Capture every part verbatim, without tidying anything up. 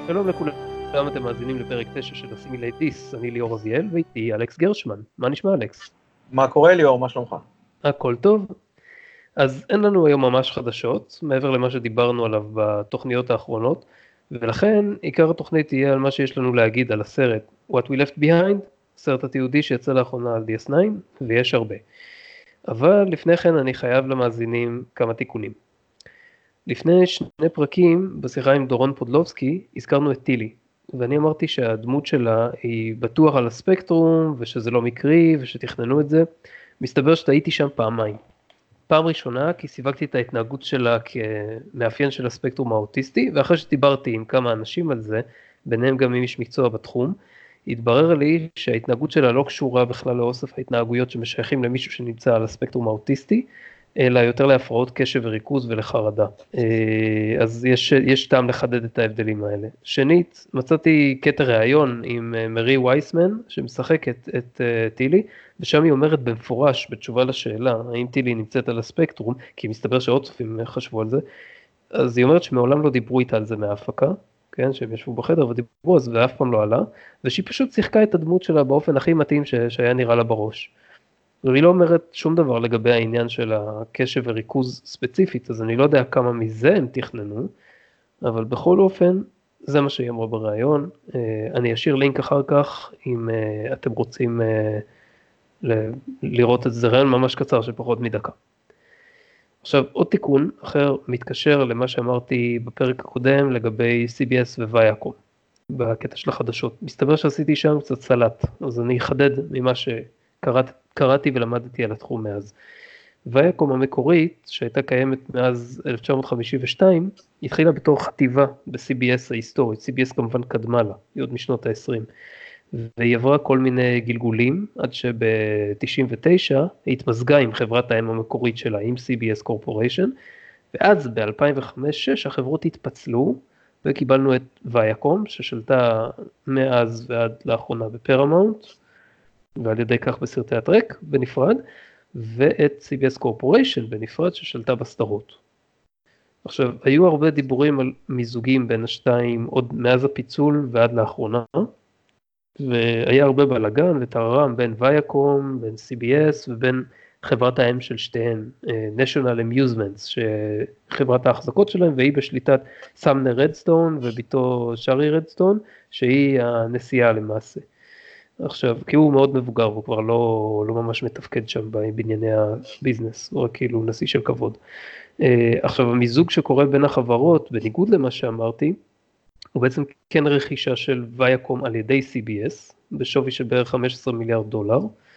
שלום לכולם, אתם מאזינים לפרק תשע של הסימילייט דיס, אני ליאור אביאל ואיתי אלכס גרשמן. מה נשמע אלכס? מה קורה ליאור, מה שלומך? הכל טוב. אז אין לנו היום ממש חדשות, מעבר למה שדיברנו עליו בתוכניות האחרונות, ולכן עיקר התוכנית תהיה על מה שיש לנו להגיד על הסרט What We Left Behind, הסרט התיעודי שיצא לאחרונה על די אס ניין, ויש הרבה. אבל לפני כן אני חייב למאזינים כמה תיקונים. לפני שני פרקים, בשיחה עם דורון פודלובסקי, הזכרנו את טילי, ואני אמרתי שהדמות שלה היא בטוח על הספקטרום, ושזה לא מקרי, ושתכננו את זה. מסתבר שטעיתי שם פעמיים. פעם ראשונה, כי סיווגתי את ההתנהגות שלה כמאפיין של הספקטרום האוטיסטי, ואחרי שדיברתי עם כמה אנשים על זה, ביניהם גם עם איש מקצוע בתחום, התברר לי שההתנהגות שלה לא קשורה בכלל לאוסף ההתנהגויות שמשייכים למישהו שנמצא על הספקטרום האוטיסטי, אלא יותר להפרעות קשב וריכוז ולחרדה. אז יש, יש טעם לחדד את ההבדלים האלה. שנית, מצאתי קטע ראיון עם מרי וייסמן, שמשחקת את טילי, ושם היא אומרת במפורש, בתשובה לשאלה, האם טילי נמצאת על הספקטרום, כי מסתבר שעוד צופים חשבו על זה, אז היא אומרת שמעולם לא דיברו איתה על זה מההפקה, כן, שהם ישבו בחדר ודיברו אז ואף פעם לא עלה, ושהיא פשוט שיחקה את הדמות שלה באופן הכי מתאים ש... שהיה נראה לה בראש. והיא לא אומרת שום דבר לגבי העניין של הקשב וריכוז ספציפית, אז אני לא יודע כמה מזה הם תכננו, אבל בכל אופן, זה מה שהיא אמרה בראיון. אני אשאיר לינק אחר כך, אם אתם רוצים לראות את זה, ראיון ממש קצר של פחות מדקה. עכשיו, עוד תיקון אחר מתקשר למה שאמרתי בפרק הקודם לגבי סי בי אס וויאקום, בקטע של החדשות. מסתבר שעשיתי שם קצת סלט, אז אני אחדד ממה שקראתי, קראתי ולמדתי על התחום מאז. ויאקום המקורית, שהייתה קיימת מאז אלף תשע מאות חמישים ושתיים, התחילה בתור חטיבה ב-סי בי אס ההיסטורית. סי בי אס כמובן קדמה לה, היא עוד משנות ה-עשרים. והיא עברה כל מיני גלגולים, עד שב-תשעים ותשע היא התמזגה עם חברת האם המקורית שלה, עם סי בי אס Corporation, ואז ב-אלפיים וחמש שש החברות התפצלו, וקיבלנו את ויאקום, ששלטה מאז ועד לאחרונה בפרמאונט, ועל ידי כך בסרטי הטרק בנפרד, ואת סי בי אס Corporation בנפרד ששלטה בסדרות. עכשיו, היו הרבה דיבורים על מיזוגים בין השתיים, עוד מאז הפיצול ועד לאחרונה, והיה הרבה בלגן וטררם בין ויאקום, בין סי בי אס ובין חברת האם של שתיהן, National Amusements, שחברת ההחזקות שלהם, והיא בשליטת סמנר רדסטון וביתו שרי רדסטון, שהיא הנשיאה למעשה. עכשיו, כי הוא מאוד מבוגר, הוא כבר לא, לא ממש מתפקד שם בענייני הביזנס, הוא רק כאילו נשיא של כבוד. עכשיו, המיזוג שקורה בין החברות, בניגוד למה שאמרתי, הוא בעצם כן רכישה של ויאקום על ידי סי בי אס, בשווי של בערך חמישה עשר מיליארד דולר,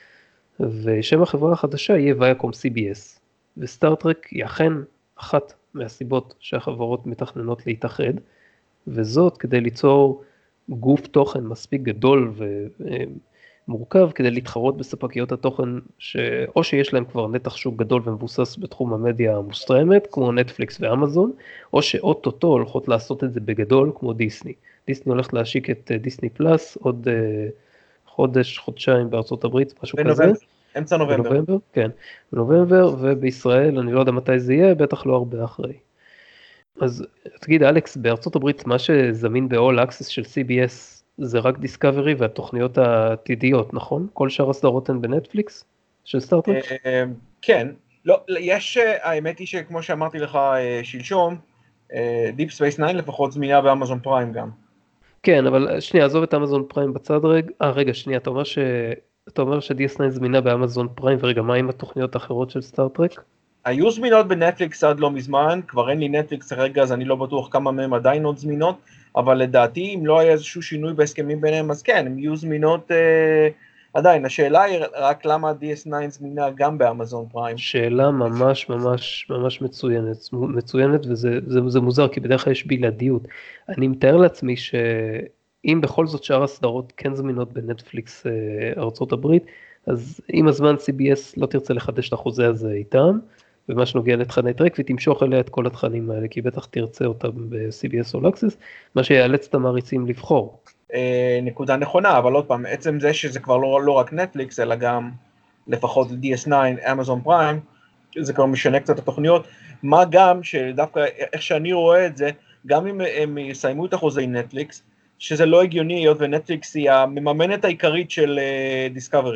ושם החברה החדשה יהיה ויאקום סי בי אס, וסטארטרק היא אכן אחת מהסיבות שהחברות מתכננות להתאחד, וזאת כדי ליצור גוף תוכן מספיק גדול ומורכב, כדי להתחרות בספקיות התוכן, שאו שיש להם כבר נתח שוק גדול ומבוסס בתחום המדיה המוסטרמת, כמו נטפליקס ואמזון, או שאוטוטו הולכות לעשות את זה בגדול, כמו דיסני. דיסני הולכת להשיק את דיסני פלאס עוד חודש, חודשיים בארצות הברית, משהו כזה. אמצע נובמבר. בנובמבר, כן. בנובמבר, ובישראל, אני לא יודע מתי זה יהיה, בטח לא הרבה אחרי. אז תגיד, אלכס, בארצות הברית, מה שזמין ב-All Access של סי בי אס, זה רק דיסקאברי והתוכניות העתידיות, נכון? כל שאר הסדרות הן בנטפליקס של סטארטרק? כן, לא, יש, האמת היא שכמו שאמרתי לך שלשום, Deep Space Nine לפחות זמינה באמזון פריים גם. כן, אבל שנייה, עזוב את אמזון פריים בצד רגע. אה, רגע, שנייה, אתה אומר ש... אתה אומר ש-די אס ניין זמינה באמזון פריים, ורגע, מה עם התוכניות האחרות של סטארטרק? היו זמינות בנטפליקס עד לא מזמן, כבר אין לי נטפליקס הרגע, אז אני לא בטוח כמה מהם עדיין עוד זמינות, אבל לדעתי, אם לא היה איזשהו שינוי בהסכמים ביניהם, אז כן, הם יהיו זמינות אה, עדיין. השאלה היא רק למה די אס ניין זמינה גם באמזון פריים. שאלה ממש ממש ממש מצוינת, מצוינת, וזה זה, זה מוזר, כי בדרך כלל יש בלעדיות. אני מתאר לעצמי שאם בכל זאת שאר הסדרות כן זמינות בנטפליקס אה, ארצות הברית, אז עם הזמן סי בי אס לא תרצה לחדש את החוזה הזה איתם, ומה שנוגע לתכני טרק, ותמשוך אליה את כל התכנים האלה, כי בטח תרצה אותם ב-סי בי אס All Access, מה שיאלץ את המעריצים לבחור. נקודה נכונה, אבל עוד פעם, עצם זה שזה כבר לא, לא רק נטפליקס, אלא גם לפחות די אס ניין, אמזון פריים, זה כבר משנה קצת התוכניות, מה גם שדווקא איך שאני רואה את זה, גם אם הם יסיימו את החוזה עם נטפליקס, שזה לא הגיוני, היות ונטפליקס היא המממנת העיקרית של דיסקאברי.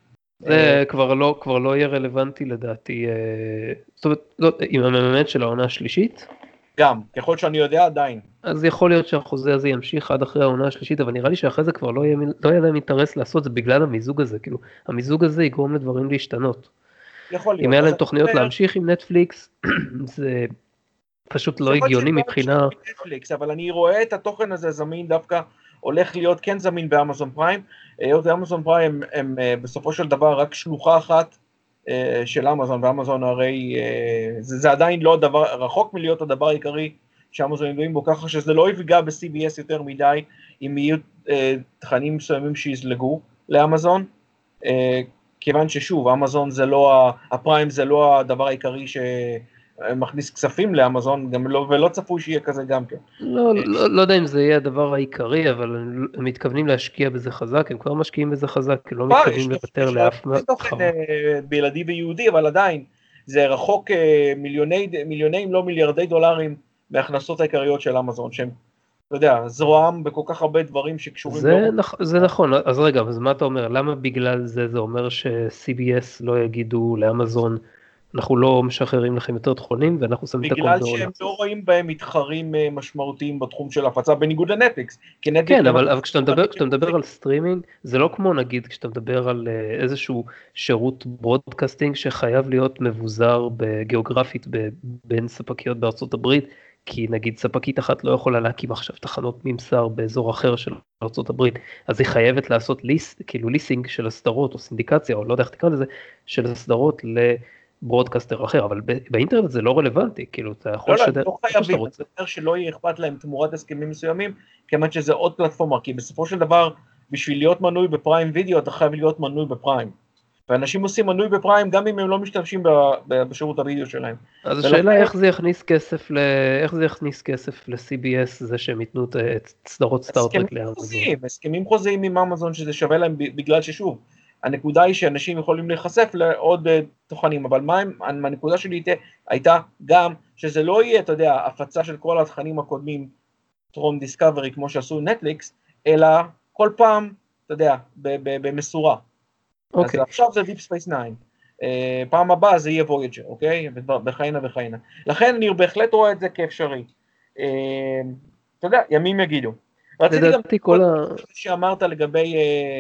זה כבר לא, כבר לא יהיה רלוונטי לדעתי, זאת אומרת, לא, עם המממנת של העונה השלישית. גם, ככל שאני יודע עדיין. אז יכול להיות שהחוזה הזה ימשיך עד אחרי העונה השלישית, אבל נראה לי שאחרי זה כבר לא יהיה, לא יהיה להם אינטרס לעשות זה בגלל המיזוג הזה, כאילו, המיזוג הזה יגרום לדברים להשתנות. יכול להיות. אם היה להם תוכניות אומר... להמשיך עם נטפליקס, זה פשוט לא הגיוני מבחינה... נטפליקס, אבל אני רואה את התוכן הזה זמין דווקא, הולך להיות כן זמין באמזון פריים, היות אמזון פריים הם, הם בסופו של דבר רק שלוחה אחת של אמזון, ואמזון הרי זה, זה עדיין לא דבר, רחוק מלהיות הדבר העיקרי שאמזון ידועים בו, ככה שזה לא יפגע ב-סי בי אס יותר מדי, אם יהיו תכנים מסוימים שיזלגו לאמזון, כיוון ששוב, אמזון זה לא, הפריים זה לא הדבר העיקרי ש... מכניס כספים לאמזון, גם לא, ולא צפוי שיהיה כזה גם כן. לא, לא, לא יודע אם זה יהיה הדבר העיקרי, אבל הם מתכוונים להשקיע בזה חזק, הם כבר משקיעים בזה חזק, הם לא מתכוונים לוותר לאף תוכן בילדי ויהודי, אבל עדיין, זה רחוק מיליוני, מיליוני אם לא מיליארדי דולרים מהכנסות העיקריות של אמזון, שהם, אתה יודע, זרועם בכל כך הרבה דברים שקשורים... זה, נכ, זה נכון, אז רגע, אז מה אתה אומר, למה בגלל זה זה אומר ש-סי בי אס לא יגידו לאמזון, אנחנו לא משחררים לכם יותר תכונים, ואנחנו שמים את הכל בעולם. בגלל שהם לא רואים בהם מתחרים משמעותיים בתחום של הפצה, בניגוד לנטפליקס. כן, אבל, אבל כשאתה מדבר, כשאתה מדבר על סטרימינג, זה לא כמו נגיד, כשאתה מדבר על איזשהו שירות ברודקאסטינג, שחייב להיות מבוזר גיאוגרפית בין ספקיות בארצות הברית, כי נגיד ספקית אחת לא יכולה להקים עכשיו תחנות ממסר באזור אחר של ארצות הברית, אז היא חייבת לעשות ליסט, כאילו ליסינג של הסדרות, או סינדיקציה, או לא יודע איך תקרא לזה, של הסדרות ל... ברודקאסטר אחר, אבל באינטרנט זה לא רלוונטי, כאילו אתה יכול לשדר... לא, לא, לא חייבים, זה אומר שלא יהיה אכפת להם תמורת הסכמים מסוימים, כמעט שזה עוד פלטפורמה, כי בסופו של דבר, בשביל להיות מנוי בפריים וידאו, אתה חייב להיות מנוי בפריים. ואנשים עושים מנוי בפריים, גם אם הם לא משתמשים בשירות הוידאו שלהם. אז השאלה איך זה יכניס כסף, איך זה יכניס כסף ל-סי בי אס, זה שהם ייתנו את סדרות סטארטרק לאמזון. הסכמים חוזיים עם אמזון, שזה שווה להם בגלל ששוב, הנקודה היא שאנשים יכולים להיחשף לעוד תוכנים, אבל מה הם, הנקודה שלי הייתה גם שזה לא יהיה, אתה יודע, הפצה של כל התכנים הקודמים, טרום דיסקאברי, כמו שעשו נטפליקס, אלא כל פעם, אתה יודע, במסורה. אז עכשיו זה Deep Space Nine, פעם הבאה זה יהיה Voyager, אוקיי? בחיינה וחיינה. לכן אני בהחלט רואה את זה כאפשרי. אתה יודע, ימים יגידו. רציתי גם כל שאמרת לגבי...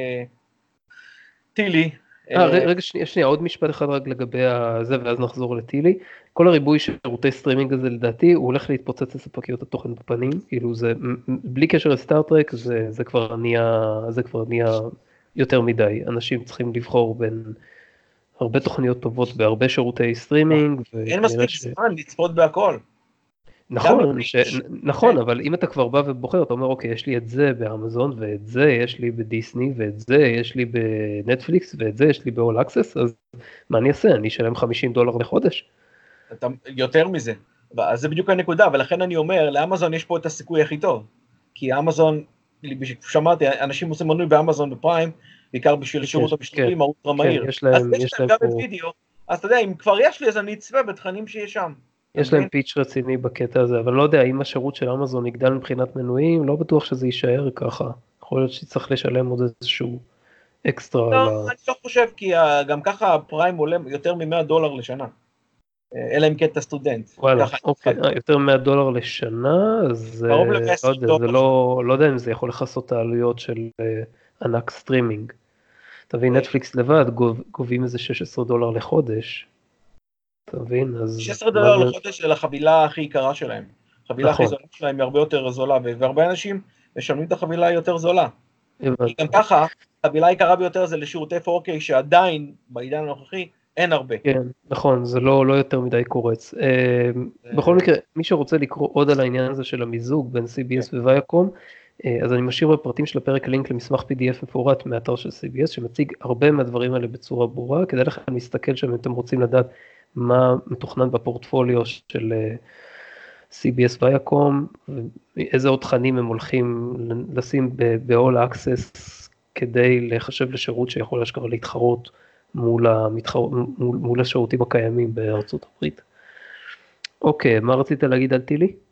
טילי. רגע שנייה, שנייה, עוד משפט אחד רק לגבי זה, ואז נחזור לטילי. כל הריבוי של שירותי סטרימינג הזה, לדעתי, הוא הולך להתפוצץ לספקיות התוכן בפנים, כאילו זה, בלי קשר לסטארטרק, זה, זה כבר נהיה, זה כבר נהיה יותר מדי. אנשים צריכים לבחור בין הרבה תוכניות טובות, בהרבה שירותי סטרימינג. אין מספיק זמן לצפות בהכל. נכון, ש... נכון, אבל אם אתה כבר בא ובוחר, אתה אומר, אוקיי, יש לי את זה באמזון, ואת זה יש לי בדיסני, ואת זה יש לי בנטפליקס, ואת זה יש לי ב-All Access, אז מה אני אעשה? אני אשלם חמישים דולר לחודש? אתה, יותר מזה, אז זה בדיוק הנקודה, ולכן אני אומר, לאמזון יש פה את הסיכוי הכי טוב, כי אמזון, שמעתי, אנשים עושים מנוי באמזון בפריים, בעיקר בשביל שירות המשתתפים, האולטרה מהיר, יש להם, אז יש להם גם את וידאו, אז אתה יודע, אם כבר יש לי, אז אני אצפה בתכנים שיש שם. יש להם פיץ' רציני בקטע הזה, אבל לא יודע, אם השירות של אמזון יגדל מבחינת מנויים, לא בטוח שזה יישאר ככה. יכול להיות שצריך לשלם עוד איזשהו אקסטרה. לא, אני לא חושב, כי גם ככה הפריים עולה יותר מ-מאה דולר לשנה. אלא אם כן אתה סטודנט. וואלה, אוקיי, יותר מ-מאה דולר לשנה, אז לא יודע אם זה יכול לחסות את העלויות של ענק סטרימינג. תביא נטפליקס לבד, גובים איזה שש עשרה דולר לחודש. תבין, אז... שש עשרה דולר לחודש של החבילה הכי יקרה שלהם. החבילה הכי זולה שלהם היא הרבה יותר זולה, והרבה אנשים משלמים את החבילה היותר זולה. כי גם ככה, החבילה היקרה ביותר זה לשירותי פור קיי, שעדיין, בעידן הנוכחי, אין הרבה. כן, נכון, זה לא יותר מדי קורץ. בכל מקרה, מי שרוצה לקרוא עוד על העניין הזה של המיזוג בין סי בי אס וויאקום, אז אני משאיר בפרטים של הפרק לינק למסמך פי די אף מפורט מאתר של סי בי אס, שמציג הרבה מהדברים האלה בצורה ברורה, כדי לכם להסתכל שם אם אתם רוצים לדעת מה מתוכנן בפורטפוליו של סי בי אס ויאקום, איזה עוד תכנים הם הולכים לשים ב-All Access, כדי לחשב לשירות שיכול אשכרה להתחרות מול, המתחר... מול, מול השירותים הקיימים בארצות הברית. אוקיי, מה רצית להגיד על טילי?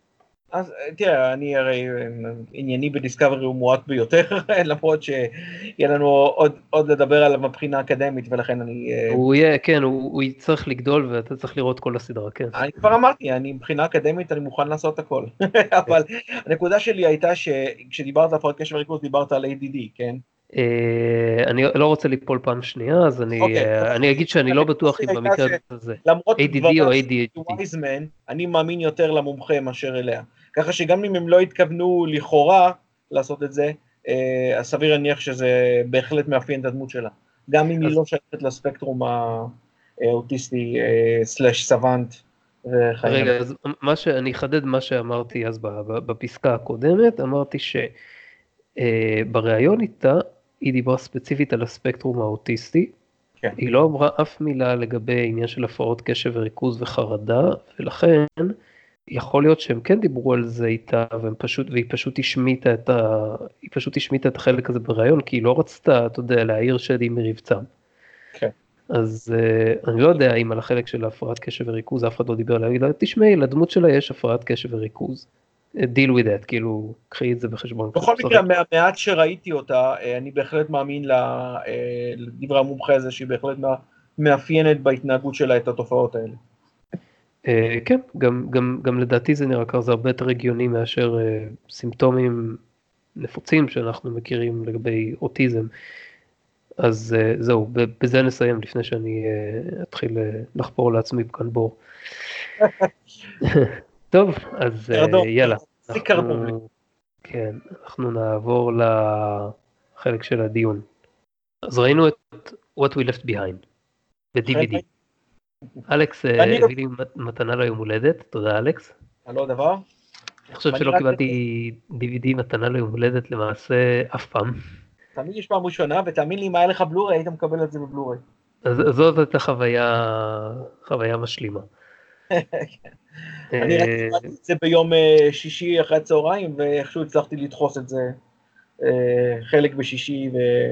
אז תראה, אני הרי ענייני בדיסקאברי הוא מועט ביותר, למרות שיהיה לנו עוד, עוד לדבר עליו מבחינה אקדמית, ולכן אני... הוא יהיה, כן, הוא, הוא יצטרך לגדול ואתה צריך לראות כל הסדרה, כן. אני כבר אמרתי, אני מבחינה אקדמית אני מוכן לעשות הכל, אבל הנקודה שלי הייתה שכשדיברת על הפרעת קשב וריכוז דיברת על איי די די, כן? אני לא רוצה ליפול פעם שנייה, אז אני, אני אגיד שאני לא בטוח אם במקרה הזה למרות איי די די או דבריו איי של די אייץ' די. וייזמן, אני מאמין יותר למומחה מאשר אליה. ככה שגם אם הם לא התכוונו לכאורה לעשות את זה, אז סביר להניח שזה בהחלט מאפיין את הדמות שלה. גם אם היא לא שייכת לספקטרום האוטיסטי סלש סוונט. רגע, אז מה שאני אחדד מה שאמרתי אז בפסקה הקודמת, אמרתי שבריאיון איתה, היא דיברה ספציפית על הספקטרום האוטיסטי, כן. היא לא אמרה אף מילה לגבי עניין של הפרעות קשב וריכוז וחרדה, ולכן יכול להיות שהם כן דיברו על זה איתה, והם פשוט, והיא פשוט השמיטה את ה... היא פשוט השמיטה את החלק הזה בריאיון, כי היא לא רצתה, אתה יודע, להעיר שדי מרבצם. כן. אז uh, אני לא יודע אם על החלק של הפרעת קשב וריכוז, אף אחד לא דיבר עליה, תשמעי, לדמות שלה יש הפרעת קשב וריכוז. deal with that, כאילו, קחי את זה בחשבון. בכל מקרה, מהמעט שראיתי אותה, אני בהחלט מאמין לדברי המומחה הזה, שהיא בהחלט מאפיינת בהתנהגות שלה את התופעות האלה. כן, גם, גם, גם לדעתי זה נראה כזה הרבה יותר הגיוני מאשר סימפטומים נפוצים שאנחנו מכירים לגבי אוטיזם. אז זהו, בזה נסיים לפני שאני אתחיל לחפור לעצמי כאן בור. טוב, אז יאללה. אנחנו, כן, אנחנו נעבור לחלק של הדיון. אז ראינו את What We Left Behind ב-די וי די. אלכס הביא לי מתנה ליום הולדת, תודה אלכס. על עוד דבר? אני חושב שלא קיבלתי די וי די מתנה ליום הולדת למעשה אף פעם. תמיד יש פעם ראשונה, ותאמין לי, אם היה לך בלורי, היית מקבל את זה בבלורי. אז זאת הייתה חוויה, חוויה משלימה. אני ראיתי את זה ביום שישי אחרי הצהריים, ואיכשהו הצלחתי לדחוס את זה חלק בשישי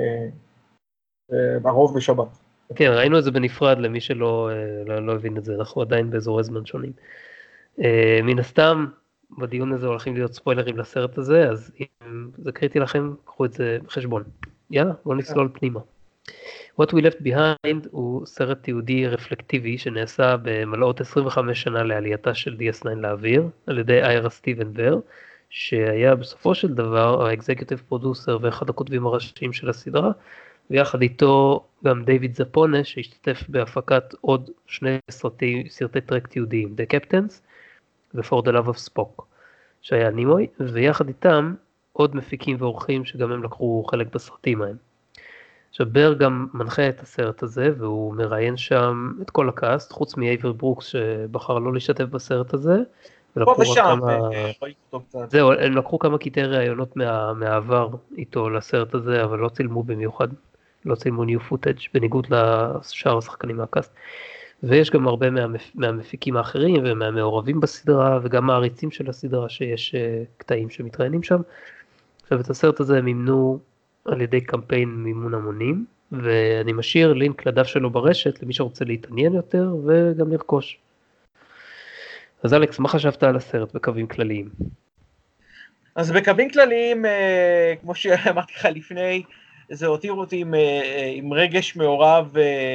והרוב בשבת. כן, ראינו את זה בנפרד למי שלא לא, לא הבין את זה, אנחנו עדיין באזורי זמן שונים. מן הסתם, בדיון הזה הולכים להיות ספוילרים לסרט הזה, אז אם זה קריטי לכם, קחו את זה בחשבון. יאללה, בואו נסלול פנימה. What We Left Behind הוא סרט תיעודי רפלקטיבי שנעשה במלאות עשרים וחמש שנה לעלייתה של די אס ניין לאוויר, על ידי איירה סטיבן בר, שהיה בסופו של דבר האקזקיוטיב פרודוסר ואחד הכותבים הראשיים של הסדרה, ויחד איתו גם דיוויד זפונה שהשתתף בהפקת עוד שני סרטי, סרטי טרק תיעודיים, The Captains ו-For the Love of Spock, שהיה נימוי, ויחד איתם עוד מפיקים ואורחים שגם הם לקחו חלק בסרטים ההם. עכשיו בר גם מנחה את הסרט הזה, והוא מראיין שם את כל הקאסט, חוץ מאייבר ברוקס שבחר לא להשתתף בסרט הזה. פה ושם, כמה... זהו, הם לקחו כמה קטעי ראיונות מה... מהעבר איתו לסרט הזה, אבל לא צילמו במיוחד, לא צילמו ניו פוטאג' בניגוד לשאר השחקנים מהקאסט. ויש גם הרבה מהמפ... מהמפיקים האחרים ומהמעורבים בסדרה, וגם מעריצים של הסדרה שיש קטעים שמתראיינים שם. עכשיו את הסרט הזה הם מימנו על ידי קמפיין מימון המונים, ואני משאיר לינק לדף שלו ברשת למי שרוצה להתעניין יותר וגם לרכוש. אז אלכס, מה חשבת על הסרט בקווים כלליים? אז בקווים כלליים, כמו שאמרתי לך לפני, זה הותיר אותי עם, עם רגש מעורב,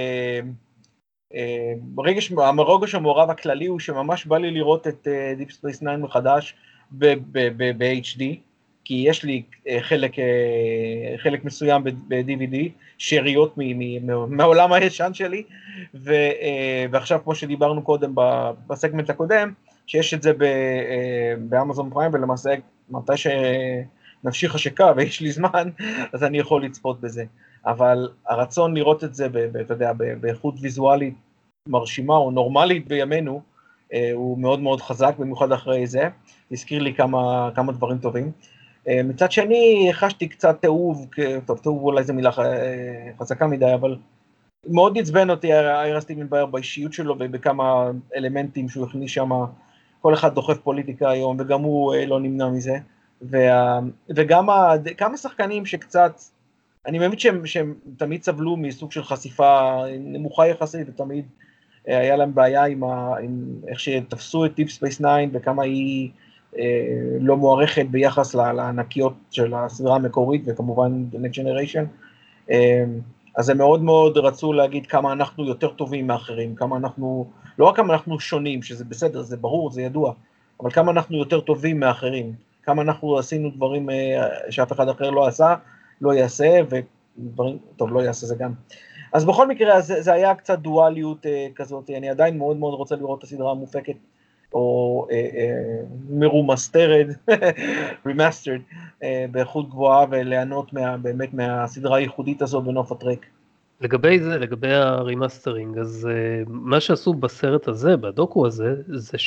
רגש, הרגש המעורב הכללי הוא שממש בא לי לראות את Deep Space Nine מחדש ב-אייץ' די, כי יש לי חלק, חלק מסוים ב-די וי די, שאריות מהעולם הישן שלי, ועכשיו כמו שדיברנו קודם בסגמנט הקודם, שיש את זה באמזון פריים, ולמעשה מתי שנפשי חשקה ויש לי זמן, אז אני יכול לצפות בזה. אבל הרצון לראות את זה, אתה יודע, באיכות ויזואלית מרשימה או נורמלית בימינו, הוא מאוד מאוד חזק, במיוחד אחרי זה, הזכיר לי כמה, כמה דברים טובים. מצד שני, חשתי קצת תאוב, טוב, תאוב אולי זו מילה חזקה מדי, אבל מאוד עצבן אותי איירה סטיבן בר באישיות שלו ובכמה אלמנטים שהוא הכניס שם, כל אחד דוחף פוליטיקה היום, וגם הוא לא נמנע מזה, וה, וגם כמה שחקנים שקצת, אני מאמין שהם, שהם תמיד סבלו מסוג של חשיפה נמוכה יחסית, ותמיד היה להם בעיה עם, ה, עם איך שתפסו את Deep Space Nine, וכמה היא לא מוערכת ביחס לענקיות של הסדרה המקורית, וכמובן The Next Generation, אז הם מאוד מאוד רצו להגיד כמה אנחנו יותר טובים מאחרים, כמה אנחנו, לא רק כמה אנחנו שונים, שזה בסדר, זה ברור, זה ידוע, אבל כמה אנחנו יותר טובים מאחרים, כמה אנחנו עשינו דברים שאף אחד אחר לא עשה, לא יעשה, ודברים, טוב, לא יעשה זה גם. אז בכל מקרה, זה, זה היה קצת דואליות כזאת, אני עדיין מאוד מאוד רוצה לראות את הסדרה המופקת, או אה, אה, מרומסטרד, רמאסטרד, אה, באיכות גבוהה, וליהנות מה, באמת מהסדרה הייחודית הזו בנוף הטרק. לגבי זה, לגבי הרימאסטרינג, אז uh, מה שעשו בסרט הזה, בדוקו הזה, זה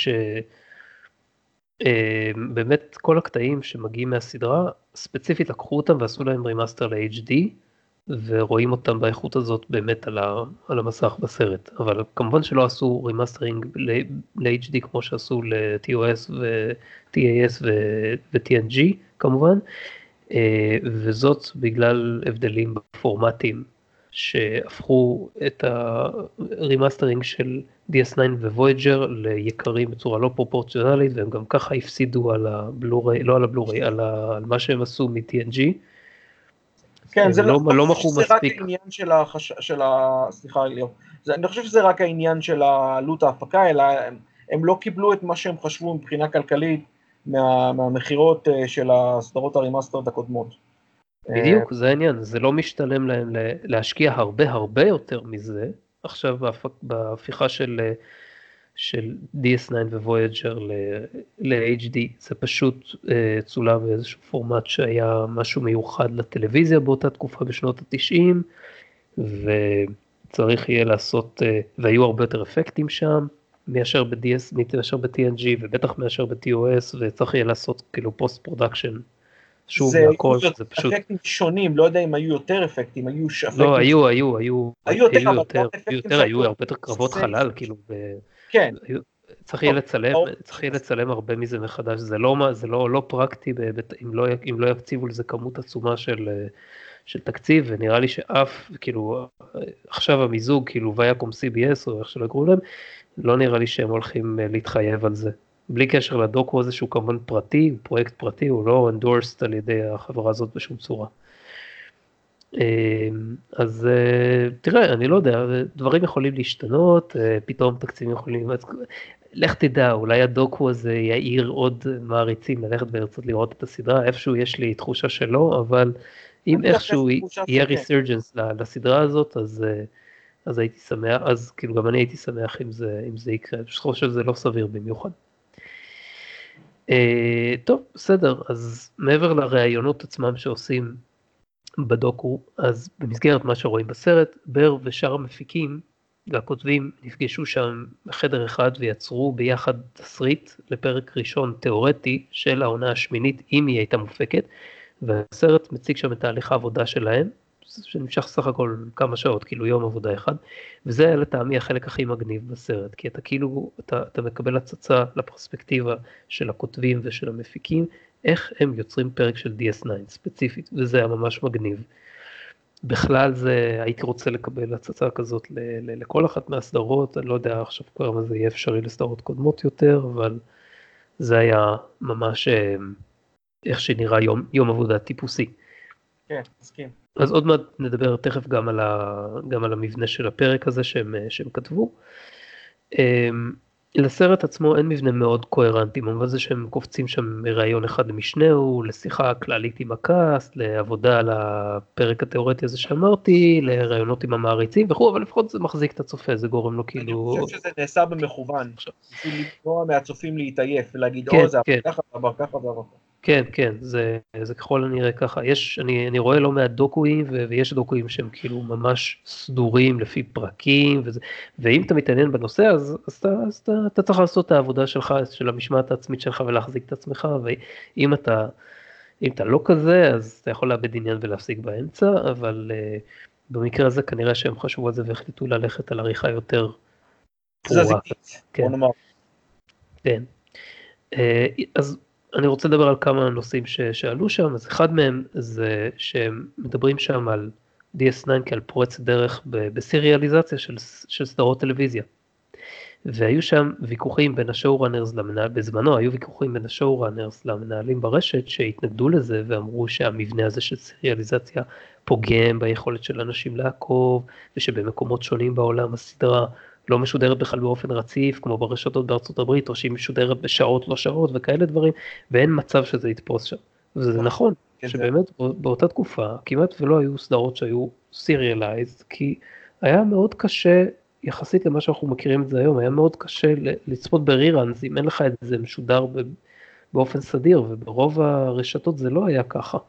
שבאמת uh, כל הקטעים שמגיעים מהסדרה, ספציפית לקחו אותם ועשו להם רימאסטר ל-אייץ' די, ורואים אותם באיכות הזאת באמת על, ה, על המסך בסרט, אבל כמובן שלא עשו רימאסטרינג ל-אייץ' די כמו שעשו ל-טי או אס ו-טי איי אס ו-טי אן ג'י כמובן, uh, וזאת בגלל הבדלים בפורמטים, שהפכו את הרימאסטרינג של די אס ניין ווייג'ר ליקרים בצורה לא פרופורציונלית, והם גם ככה הפסידו על הבלוריי, לא על הבלוריי, על, ה, על מה שהם עשו מ-טי אן ג'י. כן, זה לא, לא, לא אני מחו חושב שזה רק מספיק. העניין של החש... של ה... סליחה, ליאור. זה, אני חושב שזה רק העניין של העלות ההפקה, אלא הם, הם לא קיבלו את מה שהם חשבו מבחינה כלכלית מה, מהמחירות של הסדרות הרימאסטרד הקודמות. בדיוק, זה העניין, זה לא משתלם להם להשקיע הרבה הרבה יותר מזה, עכשיו בהפיכה של, של די אס ניין ווייג'ר ל-אייץ' די, זה פשוט צולם באיזשהו פורמט שהיה משהו מיוחד לטלוויזיה באותה תקופה בשנות ה-תשעים, וצריך יהיה לעשות, והיו הרבה יותר אפקטים שם, מאשר ב-די אס, מאשר ב-טי אן ג'י, ובטח מאשר ב-טי או אס, וצריך יהיה לעשות כאילו פוסט פרודקשן, שוב מהכל, זה פשוט... אפקטים שונים, לא יודע אם היו יותר אפקטים, היו אפקטים... לא, היו, היו, היו, היו יותר, היו אבל יותר, אפקטים יותר, היו הרבה יותר קרבות חלל, כאילו, כן. צריך יהיה לצלם, צריך יהיה לצלם הרבה מזה מחדש, זה לא, זה לא, לא פרקטי, אם לא, אם לא יקציבו לזה כמות עצומה של, של תקציב, ונראה לי שאף, כאילו, עכשיו המיזוג, כאילו, ויאקום סי בי אס, או איך שלא יקראו להם, לא נראה לי שהם הולכים להתחייב על זה. בלי קשר לדוקו הזה שהוא כמובן פרטי, הוא פרויקט פרטי, הוא לא endorsed על ידי החברה הזאת בשום צורה. אז תראה, אני לא יודע, דברים יכולים להשתנות, פתאום תקציבים יכולים, לך תדע, אולי הדוקו הזה יעיר עוד מעריצים ללכת ולרצות לראות את הסדרה, איפשהו יש לי תחושה שלא, אבל אם איכשהו יהיה ריסרג'נס לסדרה הזאת, אז... אז הייתי שמח, אז כאילו גם אני הייתי שמח אם זה, אם זה יקרה, אני חושב שזה לא סביר במיוחד. אה, טוב, בסדר, אז מעבר לראיונות עצמם שעושים בדוקו, אז במסגרת מה שרואים בסרט, בר ושאר המפיקים והכותבים נפגשו שם בחדר אחד ויצרו ביחד תסריט לפרק ראשון תיאורטי של העונה השמינית, אם היא הייתה מופקת, והסרט מציג שם את תהליך העבודה שלהם, שנמשך סך הכל כמה שעות, כאילו יום עבודה אחד, וזה היה לטעמי החלק הכי מגניב בסרט, כי אתה כאילו, אתה, אתה מקבל הצצה לפרספקטיבה של הכותבים ושל המפיקים, איך הם יוצרים פרק של די אס ניין ספציפית, וזה היה ממש מגניב. בכלל זה, הייתי רוצה לקבל הצצה כזאת ל, ל, לכל אחת מהסדרות, אני לא יודע עכשיו כמה זה יהיה אפשרי לסדרות קודמות יותר, אבל זה היה ממש איך שנראה יום, יום עבודה טיפוסי. כן, מסכים. אז עוד מעט נדבר תכף גם על, ה, גם על המבנה של הפרק הזה שהם, שהם כתבו. לסרט עצמו אין מבנה מאוד קוהרנטי, במובן זה שהם קופצים שם מראיון אחד למשנהו, לשיחה כללית עם הקאסט, לעבודה על הפרק התיאורטי הזה שאמרתי, לראיונות עם המעריצים וכו', אבל לפחות זה מחזיק את הצופה, זה גורם לו כאילו... אני חושב שזה נעשה במכוון, בשביל למנוע מהצופים להתעייף ולהגיד, כן, או זה כן. ככה, עבר ככה ועבר ככה. כן, כן, זה, זה ככל הנראה ככה. יש, אני, אני רואה לא מעט דוקואים, ו, ויש דוקואים שהם כאילו ממש סדורים לפי פרקים, וזה, ואם אתה מתעניין בנושא, אז, אז, אתה, אז אתה, אתה צריך לעשות את העבודה שלך, של המשמעת העצמית שלך, ולהחזיק את עצמך, ואם אתה, אם אתה לא כזה, אז אתה יכול לאבד עניין ולהפסיק באמצע, אבל uh, במקרה הזה כנראה שהם חשבו על זה, והחליטו ללכת על עריכה יותר פרועה. כן. בוא נאמר. כן. Uh, אז, אני רוצה לדבר על כמה נושאים ששאלו שם, אז אחד מהם זה שהם מדברים שם על די אס ניין כעל פורץ דרך בסיריאליזציה של, של סדרות טלוויזיה. והיו שם ויכוחים בין השואו-ראנרס למנהל, בזמנו היו ויכוחים בין השואו-ראנרס למנהלים ברשת שהתנגדו לזה ואמרו שהמבנה הזה של סריאליזציה פוגם ביכולת של אנשים לעקוב, ושבמקומות שונים בעולם הסדרה לא משודרת בכלל באופן רציף, כמו ברשתות בארצות הברית, או שהיא משודרת בשעות לא שעות וכאלה דברים, ואין מצב שזה יתפוס שם. וזה נכון, שבאמת באותה תקופה כמעט ולא היו סדרות שהיו סריאלייזד, כי היה מאוד קשה, יחסית למה שאנחנו מכירים את זה היום, היה מאוד קשה לצפות בריראנס, אם אין לך את זה משודר באופן סדיר, וברוב הרשתות זה לא היה ככה.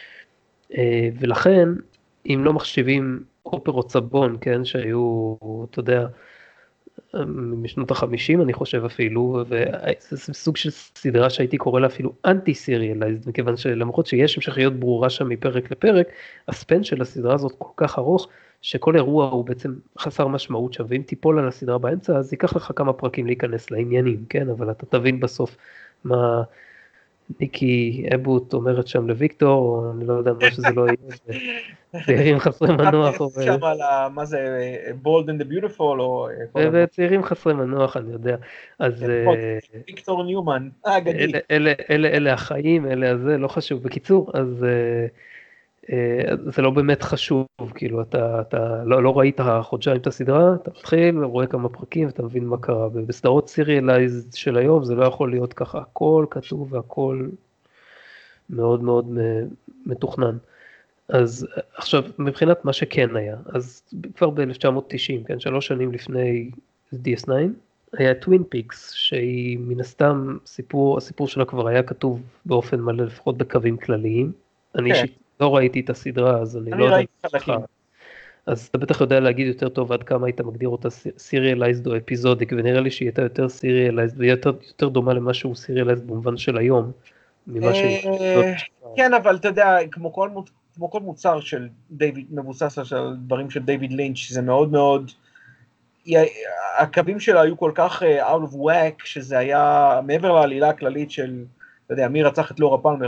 ולכן, אם לא מחשיבים אופרות סבון, כן, שהיו, אתה יודע, משנות החמישים אני חושב אפילו, וזה סוג של סדרה שהייתי קורא לה אפילו אנטי סיריאלייזד, מכיוון שלמרות שיש המשכיות ברורה שם מפרק לפרק, הספן של הסדרה הזאת כל כך ארוך, שכל אירוע הוא בעצם חסר משמעות שם, ואם תיפול על הסדרה באמצע, אז ייקח לך כמה פרקים להיכנס לעניינים, כן, אבל אתה תבין בסוף מה ניקי אבוט אומרת שם לוויקטור, או אני לא יודע מה שזה לא יהיה, צעירים חסרי מנוח, שם על מה זה, Bold and the Beautiful, או צעירים חסרי מנוח, אני יודע, אז ויקטור ניומן, אגדי, אלה החיים, אלה הזה, לא חשוב, בקיצור, אז זה לא באמת חשוב, כאילו אתה לא ראית חודשיים את הסדרה, אתה מתחיל, רואה כמה פרקים, אתה מבין מה קרה, ובסדרות סיריאלייזד של היום, זה לא יכול להיות ככה, הכל כתוב והכל מאוד מאוד מתוכנן. אז עכשיו, מבחינת מה שכן היה, אז כבר ב-אלף תשע מאות תשעים, כן, שלוש שנים לפני די אס ניין, היה טווין פיקס, שהיא מן הסתם סיפור, הסיפור שלה כבר היה כתוב באופן מלא, לפחות בקווים כלליים. אני אישית לא ראיתי את הסדרה, אז אני לא יודע. אז אתה בטח יודע להגיד יותר טוב עד כמה היית מגדיר אותה סיריאלייזד או אפיזודיק, ונראה לי שהיא הייתה יותר סיריאלייזד, והיא יותר דומה למה שהוא סיריאלייזד במובן של היום, ממה שהיא... כן, אבל אתה יודע, כמו כל כמו כל מוצר של דיוויד, מבוסס על דברים של דיוויד לינץ', זה מאוד מאוד, הקווים שלה היו כל כך out of whack, שזה היה מעבר לעלילה הכללית של, אתה יודע, מי רצח את לורה פלמר,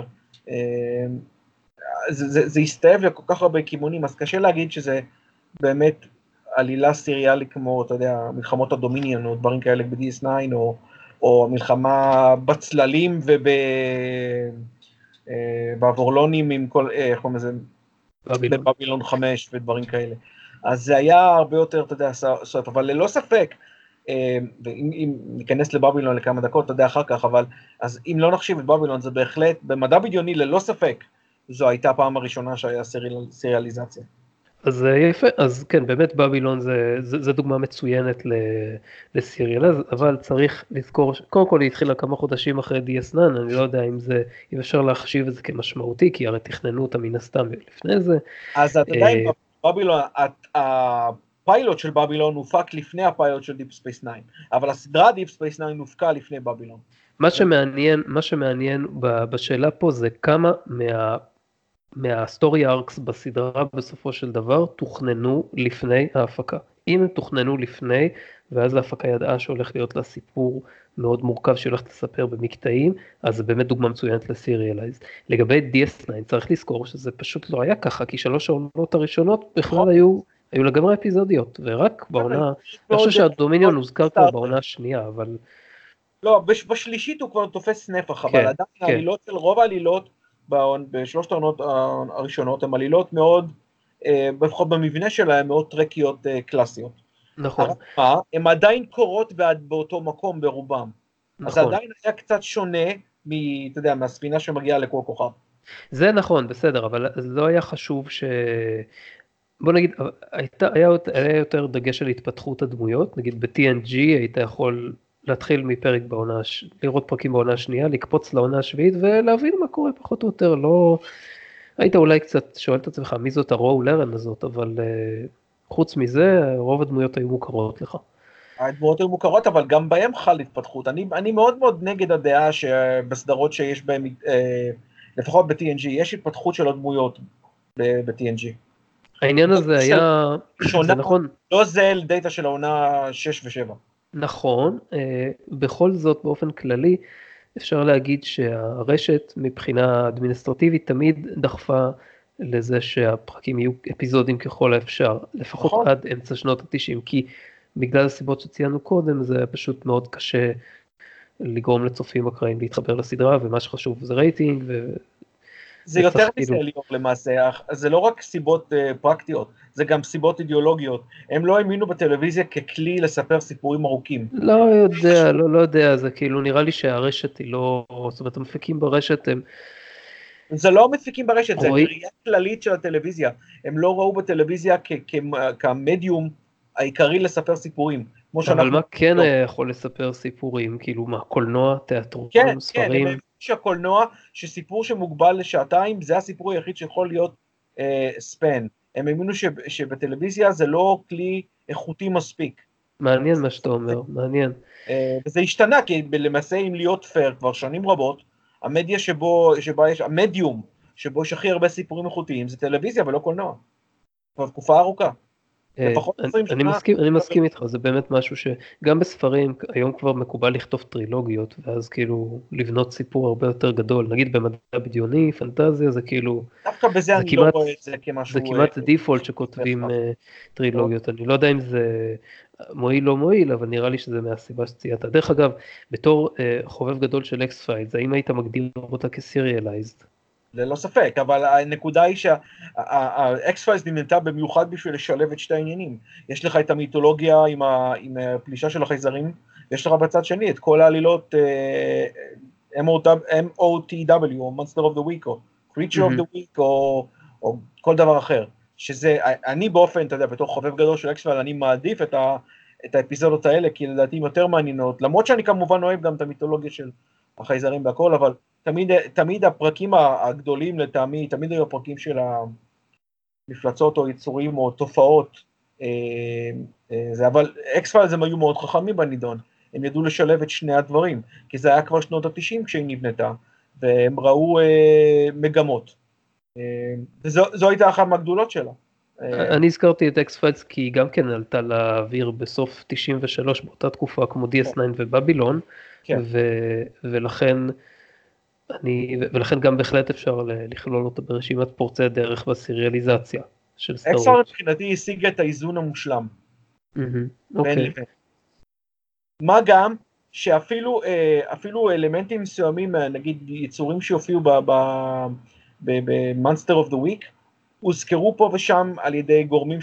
זה, זה, זה הסתאב לכל כך הרבה כיוונים, אז קשה להגיד שזה באמת עלילה סיריאלית כמו, אתה יודע, מלחמות הדומיניון, או דברים כאלה ב-די אס ניין, או, או מלחמה בצללים וב... בעבורלונים עם כל, איך קוראים לזה, בבילון חמש ודברים כאלה. אז זה היה הרבה יותר, אתה יודע, סרט, אבל ללא ספק, ואם ניכנס לבבילון לכמה דקות, אתה יודע, אחר כך, אבל, אז אם לא נחשיב את בבילון, זה בהחלט, במדע בדיוני, ללא ספק, זו הייתה הפעם הראשונה שהיה סריאליזציה. אז יפה, אז כן, באמת בבילון זה, זה, זה דוגמה מצוינת לסיריאל, אבל צריך לזכור, קודם כל היא התחילה כמה חודשים אחרי די אס ניין, אני לא יודע אם זה, אם אפשר להחשיב את זה כמשמעותי, כי הרי תכננו אותה מן הסתם לפני זה. אז אתה יודע, אם בבילון, הפיילוט של בבילון הופק לפני הפיילוט של דיפ ספייס ניין, אבל הסדרה דיפ ספייס ניין הופקה לפני בבילון. מה שמעניין, מה שמעניין בשאלה פה זה כמה מה... מהסטורי ארקס בסדרה בסופו של דבר תוכננו לפני ההפקה. אם הם תוכננו לפני, ואז ההפקה ידעה שהולך להיות לה סיפור מאוד מורכב שהולך לספר במקטעים, אז זה באמת דוגמה מצוינת לסיריאלייז. לגבי די אס ניין צריך לזכור שזה פשוט לא היה ככה, כי שלוש העונות הראשונות בכלל היו, היו לגמרי אפיזודיות, ורק בעונה, אני חושב שהדומיניון הוזכר כבר בעונה השנייה, אבל... לא, בשלישית הוא כבר תופס נפח, אבל עדיין העלילות של רוב העלילות, בשלושת העונות הראשונות, הן עלילות מאוד, לפחות במבנה שלהן, מאוד טרקיות קלאסיות. נכון. אבל הן עדיין קורות באותו מקום ברובם. אז עדיין היה קצת שונה, אתה יודע, מהספינה שמגיעה לכל כוכב. זה נכון, בסדר, אבל לא היה חשוב ש... בוא נגיד, היה יותר דגש על התפתחות הדמויות, נגיד ב-טי אן ג'י היית יכול... להתחיל מפרק בעונה, לראות פרקים בעונה השנייה, לקפוץ לעונה השביעית ולהבין מה קורה פחות או יותר, לא, היית אולי קצת שואל את עצמך מי זאת הרואו לרן הזאת, אבל uh, חוץ מזה רוב הדמויות היו מוכרות לך. הדמויות היו מוכרות, אבל גם בהם חל התפתחות, אני, אני מאוד מאוד נגד הדעה שבסדרות שיש בהם, אה, לפחות ב-טי אן ג'י, יש התפתחות של הדמויות ב-טי אן ג'י. העניין הזה היה, שונה, זה נכון. לא זה דאטה של העונה שש ושבע. נכון, בכל זאת באופן כללי אפשר להגיד שהרשת מבחינה אדמיניסטרטיבית תמיד דחפה לזה שהפרקים יהיו אפיזודים ככל האפשר, לפחות עד אמצע שנות ה-תשעים, כי בגלל הסיבות שציינו קודם, זה פשוט מאוד קשה לגרום לצופים אקראיים להתחבר לסדרה, ומה שחשוב זה רייטינג, ו... זה יותר מזה ליאור למעשה, זה לא רק סיבות uh, פרקטיות, זה גם סיבות אידיאולוגיות. הם לא האמינו בטלוויזיה ככלי לספר סיפורים ארוכים. לא יודע, לא, לא יודע, זה כאילו נראה לי שהרשת היא לא, זאת אומרת, המפיקים ברשת הם... זה לא מפיקים ברשת, רואי... זה ראייה כללית של הטלוויזיה. הם לא ראו בטלוויזיה כ- כ- כמדיום העיקרי לספר סיפורים. כמו אבל שאנחנו... מה כן היה יכול לספר סיפורים? כאילו מה, קולנוע, תיאטרון, כן, ספרים? כן, הם האמינו שהקולנוע, שסיפור שמוגבל לשעתיים, זה הסיפור היחיד שיכול להיות אה, ספן. הם האמינו ש- שבטלוויזיה זה לא כלי איכותי מספיק. מעניין מה שאתה אומר, מעניין. אה, וזה השתנה, כי למעשה אם להיות פייר כבר שנים רבות, המדיה שבו, שבה יש, המדיום שבו יש הכי הרבה סיפורים איכותיים, זה טלוויזיה ולא קולנוע. כבר תקופה ארוכה. לפחות עשרים אני שנה. מסכים, אני מסכים איתך, זה באמת משהו שגם בספרים היום כבר מקובל לכתוב טרילוגיות, ואז כאילו לבנות סיפור הרבה יותר גדול, נגיד במדע בדיוני, פנטזיה, זה כאילו... דווקא בזה אני לא רואה את זה כמשהו... זה כמעט דיפולט שכותבים טרילוגיות, אני לא יודע אם זה מועיל או מועיל, אבל נראה לי שזה מהסיבה שציינת. דרך אגב, בתור חובב גדול של אקס פיילס, האם היית מגדיר אותה כסיריאלייזד? ללא ספק, אבל הנקודה היא שהאקס פיילס נמנתה במיוחד בשביל לשלב את שתי העניינים. יש לך את המיתולוגיה עם, ה, עם הפלישה של החייזרים, ויש לך בצד שני את כל העלילות uh, M O T W, או Monster of the Week, או Creature mm-hmm. of the Week, או, או כל דבר אחר. שזה, אני באופן, אתה יודע, בתור חובב גדול של אקס פיילס, אני מעדיף את, ה, את האפיזודות האלה, כי לדעתי הם יותר מעניינות, למרות שאני כמובן אוהב גם את המיתולוגיה של החייזרים והכל, אבל תמיד, תמיד הפרקים הגדולים לטעמי, תמיד היו הפרקים של המפלצות או יצורים או תופעות, אה, אה, זה, אבל אקס-פיילס הם היו מאוד חכמים בנידון, הם ידעו לשלב את שני הדברים, כי זה היה כבר שנות ה-תשעים כשהיא נבנתה, והם ראו אה, מגמות, אה, וזו, זו הייתה אחת מהגדולות שלה. אני הזכרתי את אקס-פיילס כי היא גם כן עלתה לאוויר בסוף תשעים ושלוש, באותה תקופה כמו די אס תשע ובבילון, כן. ו, ולכן אני, ולכן גם בהחלט אפשר לכלול אותו ברשימת פורצי הדרך בסיריאליזציה של סטאר וורס. אקס-פיילס מבחינתי השיגה את האיזון המושלם. אוקיי. מה גם שאפילו אפילו אלמנטים מסוימים, נגיד יצורים שהופיעו ב-Monster of the Week, הוזכרו פה ושם על ידי גורמים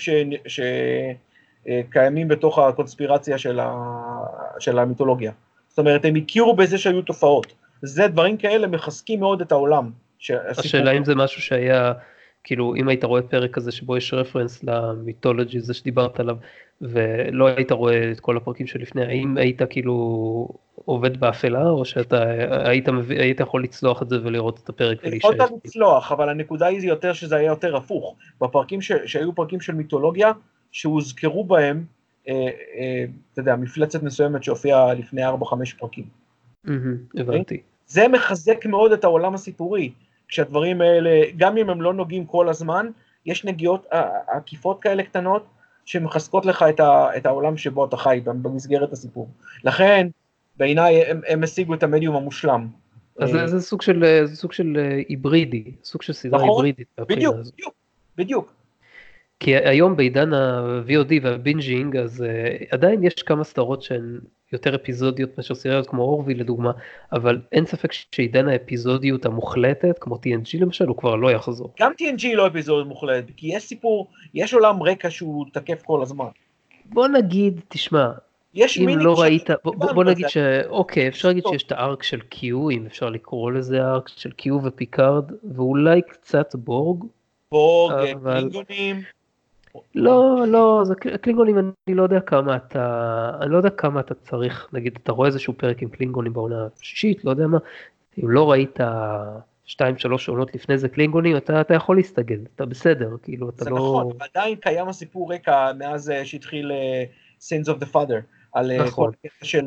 שקיימים בתוך הקונספירציה של המיתולוגיה. זאת אומרת, הם הכירו בזה שהיו תופעות. זה דברים כאלה מחזקים מאוד את העולם. השאלה אם זה משהו שהיה, כאילו, אם היית רואה פרק כזה שבו יש רפרנס למיתולוגי, זה שדיברת עליו, ולא היית רואה את כל הפרקים שלפני, האם היית כאילו עובד באפלה, או שאתה היית, היית יכול לצלוח את זה ולראות את הפרק ולהישאר? יכולת לצלוח, אבל הנקודה היא יותר שזה היה יותר הפוך. בפרקים ש, שהיו פרקים של מיתולוגיה, שהוזכרו בהם, אה, אה, אתה יודע, מפלצת מסוימת שהופיעה לפני ארבע חמש פרקים. הבנתי. זה מחזק מאוד את העולם הסיפורי, כשהדברים האלה, גם אם הם לא נוגעים כל הזמן, יש נגיעות עקיפות כאלה קטנות, שמחזקות לך את, ה, את העולם שבו אתה חי, במסגרת הסיפור. לכן, בעיניי הם, הם השיגו את המדיום המושלם. אז זה, זה סוג של, זה סוג של היברידי, סוג של סדרה נכון, היברידית. בדיוק, בדיוק, בדיוק. כי היום בעידן ה-וי או די והבינג'ינג, אז uh, עדיין יש כמה סדרות שהן יותר אפיזודיות מאשר סדרות כמו אורבי לדוגמה, אבל אין ספק שעידן האפיזודיות המוחלטת, כמו טי אן ג'י למשל, הוא כבר לא יחזור. גם טי אן ג'י לא אפיזודיות מוחלטת, כי יש סיפור, יש עולם רקע שהוא תקף כל הזמן. בוא נגיד, תשמע, אם לא ראית, בוא, בוא, בוא נגיד שאוקיי, אפשר להגיד שיש את הארק של קיו, אם אפשר לקרוא לזה הארק של קיו ופיקארד, ואולי קצת בורג. בורג, קלינגונים. לא, לא, זה קלינגונים, אני לא יודע כמה אתה, אני לא יודע כמה אתה צריך, נגיד, אתה רואה איזשהו פרק עם קלינגונים בעונה השישית, לא יודע מה, אם לא ראית שתיים, שלוש עונות לפני זה קלינגונים, אתה, אתה יכול להסתגל, אתה בסדר, כאילו, אתה לא... זה נכון, עדיין קיים הסיפור רקע מאז שהתחיל Sins of the Father, על כל קטע של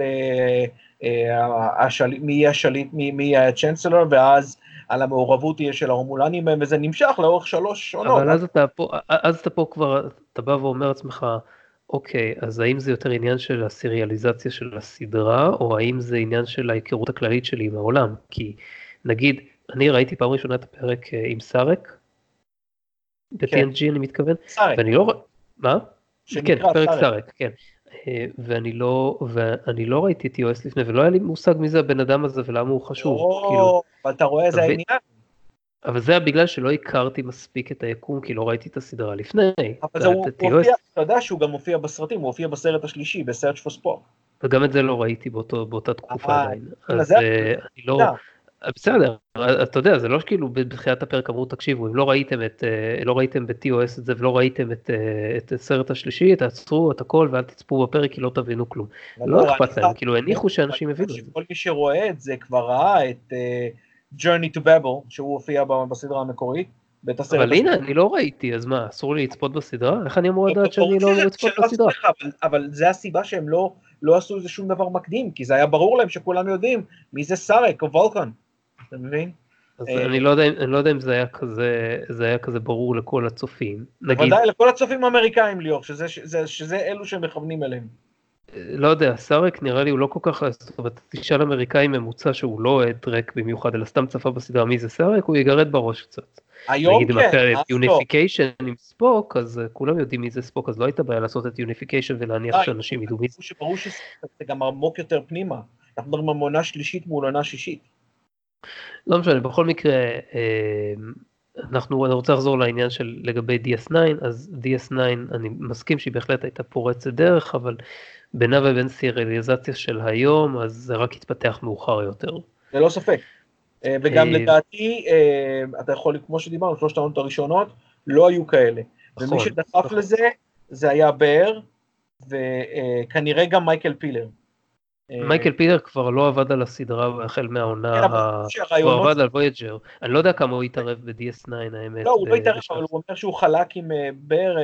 מי יהיה השליט, מי יהיה הצ'אנסלר, ואז על המעורבות תהיה של הרומולנים, וזה נמשך לאורך שלוש עונות. אבל אז אתה פה, אז אתה פה כבר, אתה בא ואומר לעצמך, אוקיי, אז האם זה יותר עניין של הסיריאליזציה של הסדרה, או האם זה עניין של ההיכרות הכללית שלי עם העולם? כי נגיד, אני ראיתי פעם ראשונה את הפרק עם סארק, ב-טי אן ג'י אני מתכוון, ואני לא... מה? כן, פרק סארק, כן. ואני לא, ואני לא ראיתי את טי או אס לפני, ולא היה לי מושג מי זה הבן אדם הזה ולמה הוא חשוב, כאילו. אבל אתה רואה איזה העניין. אבל זה היה בגלל שלא הכרתי מספיק את היקום, כי לא ראיתי את הסדרה לפני. אבל זה הוא מופיע, אתה יודע שהוא גם מופיע בסרטים, הוא מופיע בסרט השלישי, ב-Search for Spock. וגם את זה לא ראיתי באותה תקופה עדיין. אז אני לא... בסדר, אתה יודע, זה לא שכאילו בתחילת הפרק אמרו, תקשיבו, אם לא ראיתם את, לא ראיתם ב-טי או אס את זה, ולא ראיתם את, את הסרט השלישי, תעצרו את הכל, ואל תצפו בפרק, כי לא תבינו כלום. לא אכפת להם, כאילו הניחו שאנשים הבינו את זה. כל מי שרואה את זה כבר ראה את Journey to Babel, שהוא הופיע בסדרה המקורית, אבל הנה, אני לא ראיתי, אז מה, אסור לי לצפות בסדרה? איך אני אמור לדעת שאני לא אמור לצפות בסדרה? אבל זה הסיבה שהם לא עשו איזה שום דבר מקדים, כי זה היה ברור להם שכולם יודעים מי זה סארק או וולקן. אתה מבין? אז אני לא יודע, אני לא יודע אם זה היה כזה, זה היה כזה ברור לכל הצופים. ודאי, לכל הצופים האמריקאים ליאור, שזה, שזה, שזה אלו שמכוונים אליהם. לא יודע, סארק נראה לי הוא לא כל כך, זאת אומרת, תשאל אמריקאי ממוצע שהוא לא טרק במיוחד, אלא סתם צפה בסדרה מי זה סארק, הוא יגרד בראש קצת. היום כן, אז לא. יוניפיקיישן עם ספוק, אז כולם יודעים מי זה ספוק, אז לא הייתה בעיה לעשות את יוניפיקיישן ולהניח שאנשים ידעו מי זה. ברור שזה גם עמוק יותר פנימה, אנחנו מדברים על עונה שלישית מול עונה שישית. לא משנה, בכל מקרה, אנחנו, אני רוצה לחזור לעניין של לגבי די אס נייין, אז די אס נייין, אני מסכים שהיא בהחלט הייתה פורצת דרך, אבל בינה ובין סיריאליזציה של היום, אז זה רק התפתח מאוחר יותר. זה לא ספק. וגם לדעתי, אתה יכול, כמו שדיברנו, שלושת העונות הראשונות, לא היו כאלה. ומי שדחף לזה, זה היה באר, וכנראה גם מייקל פילר. מייקל פילר כבר לא עבד על הסדרה החל מהעונה, הוא עבד על וויג'ר, אני לא יודע כמה הוא התערב ב-די אס נייין האמת. לא, הוא לא התערב, אבל הוא אומר שהוא חלק עם באר,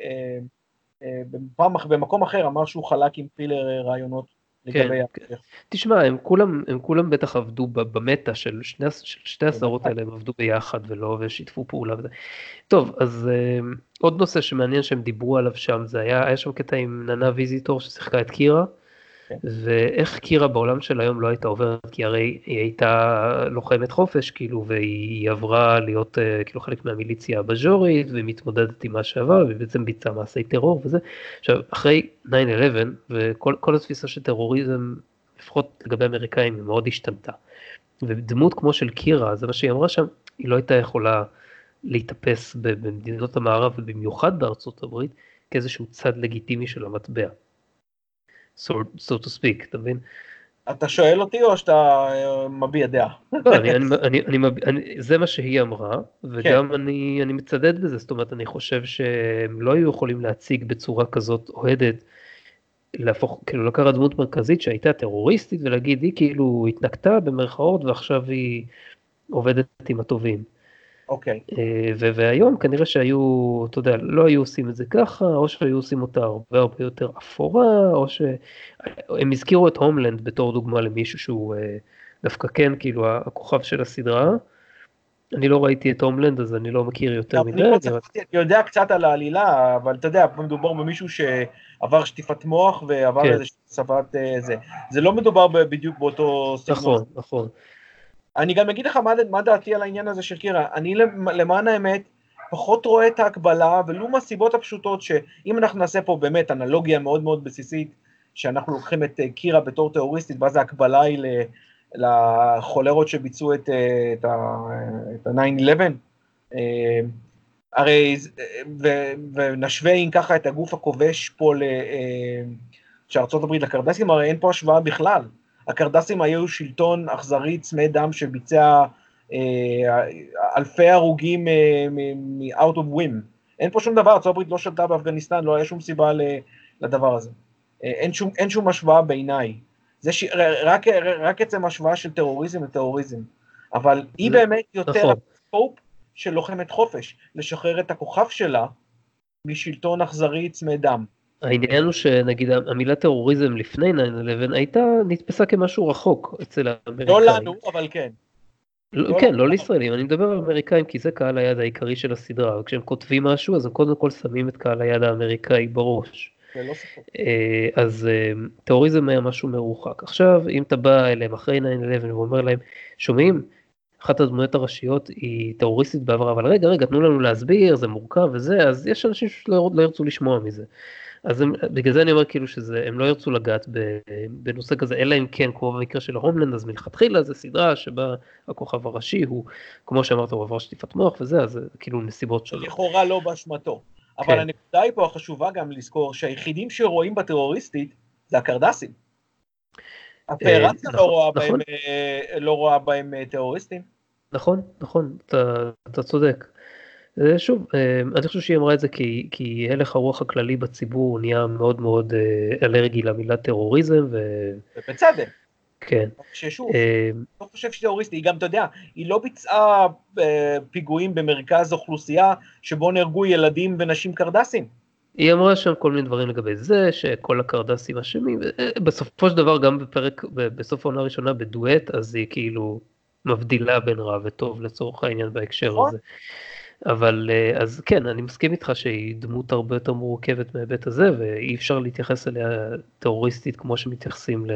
במקום אחר אמר שהוא חלק עם פילר רעיונות לגבי... תשמע, הם כולם בטח עבדו במטה של שתי הסדרות האלה, הם עבדו ביחד ולא ושיתפו פעולה וזה. טוב, אז עוד נושא שמעניין שהם דיברו עליו שם, זה היה שם קטע עם ננה ויזיטור ששיחקה את קירה, ואיך קירה בעולם של היום לא הייתה עוברת, כי הרי היא הייתה לוחמת חופש, כאילו, והיא עברה להיות כאילו חלק מהמיליציה הבז'ורית, והיא מתמודדת עם מה שעבר, ובעצם ביצעה מעשי טרור וזה. עכשיו, אחרי תשע אחת עשרה, וכל התפיסה של טרוריזם, לפחות לגבי אמריקאים, היא מאוד השתנתה. ודמות כמו של קירה, זה מה שהיא אמרה שם, היא לא הייתה יכולה להתאפס במדינות המערב, ובמיוחד בארצות הברית, כאיזשהו צד לגיטימי של המטבע. So, so to speak, אתה מבין? אתה שואל אותי או שאתה מביע דעה? לא, אני, אני, אני, אני, אני, זה מה שהיא אמרה, וגם כן. אני, אני מצדד בזה, זאת אומרת, אני חושב שהם לא היו יכולים להציג בצורה כזאת אוהדת, להפוך, כאילו לקחת דמות מרכזית שהייתה טרוריסטית, ולהגיד, היא כאילו התנקתה במרכאות, ועכשיו היא עובדת עם הטובים. אוקיי. והיום כנראה שהיו, אתה יודע, לא היו עושים את זה ככה, או שהיו עושים אותה הרבה הרבה יותר אפורה, או שהם הזכירו את הומלנד בתור דוגמה למישהו שהוא דווקא כן, כאילו הכוכב של הסדרה. אני לא ראיתי את הומלנד, אז אני לא מכיר יותר מדי. אני יודע קצת על העלילה, אבל אתה יודע, מדובר במישהו שעבר שטיפת מוח, ועבר איזה סבת זה. זה לא מדובר בדיוק באותו סגנון. נכון, נכון. אני גם אגיד לך מה, מה דעתי על העניין הזה של קירה, אני למען האמת פחות רואה את ההקבלה, ולו מהסיבות הפשוטות שאם אנחנו נעשה פה באמת אנלוגיה מאוד מאוד בסיסית, שאנחנו לוקחים את קירה בתור טרוריסטית, ואז ההקבלה היא לחולרות שביצעו את, את ה-תשע אחת עשרה, הרי, ו, ונשווה אם ככה את הגוף הכובש פה שארצות הברית לקרדסים, הרי אין פה השוואה בכלל. הקרדסים היו שלטון אכזרי צמא דם שביצע אה, אלפי הרוגים מ-out of whim. אין פה שום דבר, ארצות הברית לא שלטה באפגניסטן, לא היה שום סיבה לדבר הזה. אה, אין, שום, אין שום השוואה בעיניי. זה ש... רק, רק עצם השוואה של טרוריזם לטרוריזם. אבל היא באמת יותר הסקופ של לוחמת חופש, לשחרר את הכוכב שלה משלטון אכזרי צמא דם. העניין הוא שנגיד המילה טרוריזם לפני תשע אחת עשרה הייתה נתפסה כמשהו רחוק אצל האמריקאים. לא לנו, אבל כן. לא, כן, לא לישראלים, אני מדבר על אמריקאים כי זה קהל היד העיקרי של הסדרה, וכשהם כותבים משהו אז הם קודם כל שמים את קהל היד האמריקאי בראש. זה לא ספק. אז טרוריזם היה משהו מרוחק. עכשיו, אם אתה בא אליהם אחרי תשע אחת עשרה ואומר להם, שומעים? אחת הדמויות הראשיות היא טרוריסטית בעבר, אבל רגע, רגע, תנו לנו להסביר, זה מורכב וזה, אז יש אנשים שלא לא ירצו לשמוע מזה. אז הם, בגלל זה אני אומר כאילו שזה, הם לא ירצו לגעת בנושא כזה, אלא אם כן, כמו במקרה של ההומלנד, אז מלכתחילה זה סדרה שבה הכוכב הראשי הוא, כמו שאמרת, הוא עבר שטיפת מוח וזה, אז זה כאילו נסיבות שונות. לכאורה לא באשמתו. אבל כן. הנקודה היא פה החשובה גם לזכור שהיחידים שרואים בטרוריסטית זה הקרדסים. הפרציה לא רואה בהם, לא רואה בהם טרוריסטים. נכון, נכון, אתה, אתה צודק. שוב, אני חושב שהיא אמרה את זה כי, כי הלך הרוח הכללי בציבור נהיה מאוד מאוד אלרגי למילה טרוריזם. ו... ובצדק. כן. ששוב, לא חושב שטרוריסטי, היא גם, אתה יודע, היא לא ביצעה פיגועים במרכז אוכלוסייה שבו נהרגו ילדים ונשים קרדסים. היא אמרה שם כל מיני דברים לגבי זה, שכל הקרדסים אשמים, בסופו של דבר גם בפרק, בסוף העונה הראשונה בדואט, אז היא כאילו מבדילה בין רע וטוב לצורך העניין בהקשר נכון. הזה. אבל אז כן, אני מסכים איתך שהיא דמות הרבה יותר מורכבת מהיבט הזה, ואי אפשר להתייחס אליה טרוריסטית כמו שמתייחסים ל...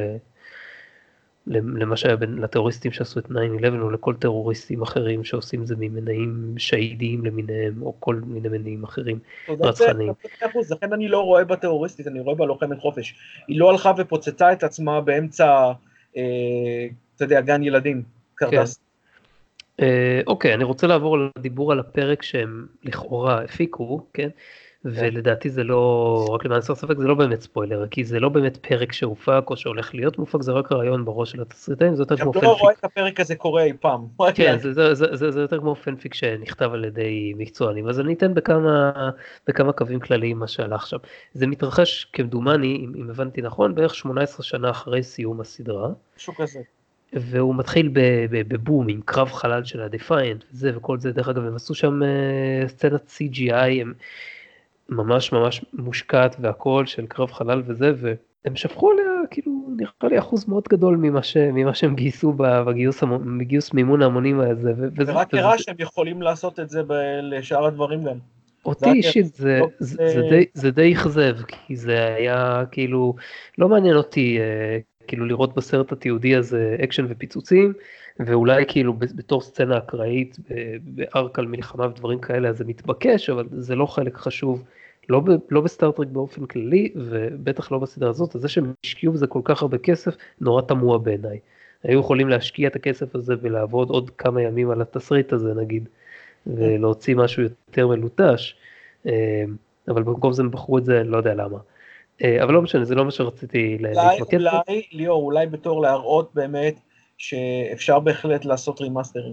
למה שהיה בין לטרוריסטים שעשו את תשע אחת עשרה או לכל טרוריסטים אחרים שעושים זה ממניעים שהידיים למיניהם או כל מיני מניעים אחרים רצחניים. לכן אני לא רואה בטרוריסטית, אני רואה בלוחמת חופש. היא לא הלכה ופוצצה את עצמה באמצע, אתה יודע, גן ילדים, קרדס. אוקיי, אני רוצה לעבור לדיבור על הפרק שהם לכאורה הפיקו, כן? ולדעתי זה לא, רק למען הסר ספק, זה לא באמת ספוילר, כי זה לא באמת פרק שהופק או שהולך להיות מופק, זה רק רעיון בראש של התסריטאים, זה יותר כמו פנפיק. אני לא רואה את הפרק הזה קורה אי פעם. כן, זה יותר כמו פנפיק שנכתב על ידי מקצוענים, אז אני אתן בכמה קווים כלליים מה שהלך שם. זה מתרחש כמדומני, אם הבנתי נכון, בערך שמונה עשרה שנה אחרי סיום הסדרה. משהו כזה. והוא מתחיל בבום עם קרב חלל של ה-Defiant וזה וכל זה, דרך אגב, הם עשו שם סצנת סי ג'י איי, הם ממש ממש מושקעת והכל של קרב חלל וזה, והם שפכו עליה כאילו נראה לי אחוז מאוד גדול ממה, ש, ממה שהם גייסו בגיוס, בגיוס מימון ההמונים הזה. ורק הראה שהם יכולים לעשות את זה לשאר הדברים גם. אותי אישית זה, זה, זה, די, זה די אכזב, כי זה היה כאילו, לא מעניין אותי כאילו לראות בסרט התיעודי הזה אקשן ופיצוצים, ואולי כאילו בתור סצנה אקראית, בארק על מלחמה ודברים כאלה, אז זה מתבקש, אבל זה לא חלק חשוב, לא, לא בסטארטרק באופן כללי, ובטח לא בסדרה הזאת, אז זה שהם השקיעו בזה כל כך הרבה כסף, נורא תמוה בעיניי. היו יכולים להשקיע את הכסף הזה ולעבוד עוד כמה ימים על התסריט הזה נגיד, ולהוציא משהו יותר מלוטש, אבל במקום זה הם בחרו את זה, אני לא יודע למה. אבל לא משנה, זה לא מה שרציתי להתמקד. אולי, ליאור, אולי בתור להראות באמת שאפשר בהחלט לעשות רימאסטרים.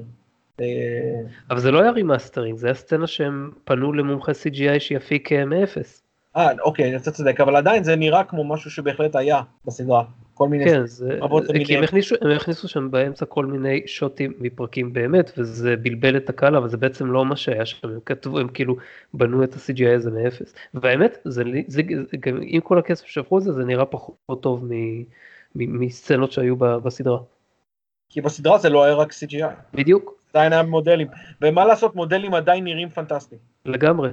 אבל זה לא היה רימאסטרים, זה היה סצנה שהם פנו למומחה סי ג'י איי שיפיק מאפס. אה, אוקיי, אתה צודק, אבל עדיין זה נראה כמו משהו שבהחלט היה בסדרה. כל מיני כן, זה, כי הם הכניסו, הם הכניסו שם באמצע כל מיני שוטים מפרקים באמת, וזה בלבל את הקהל, אבל זה בעצם לא מה שהיה שם, הם כתבו, הם כאילו בנו את ה-סי ג'י איי הזה מאפס, והאמת, זה, זה, זה, עם כל הכסף שפכו את זה, זה נראה פחות טוב מ, מ, מסצנות שהיו בסדרה. כי בסדרה זה לא היה רק סי ג'י איי. בדיוק. עדיין היה מודלים, ומה לעשות, מודלים עדיין נראים פנטסטיים. לגמרי.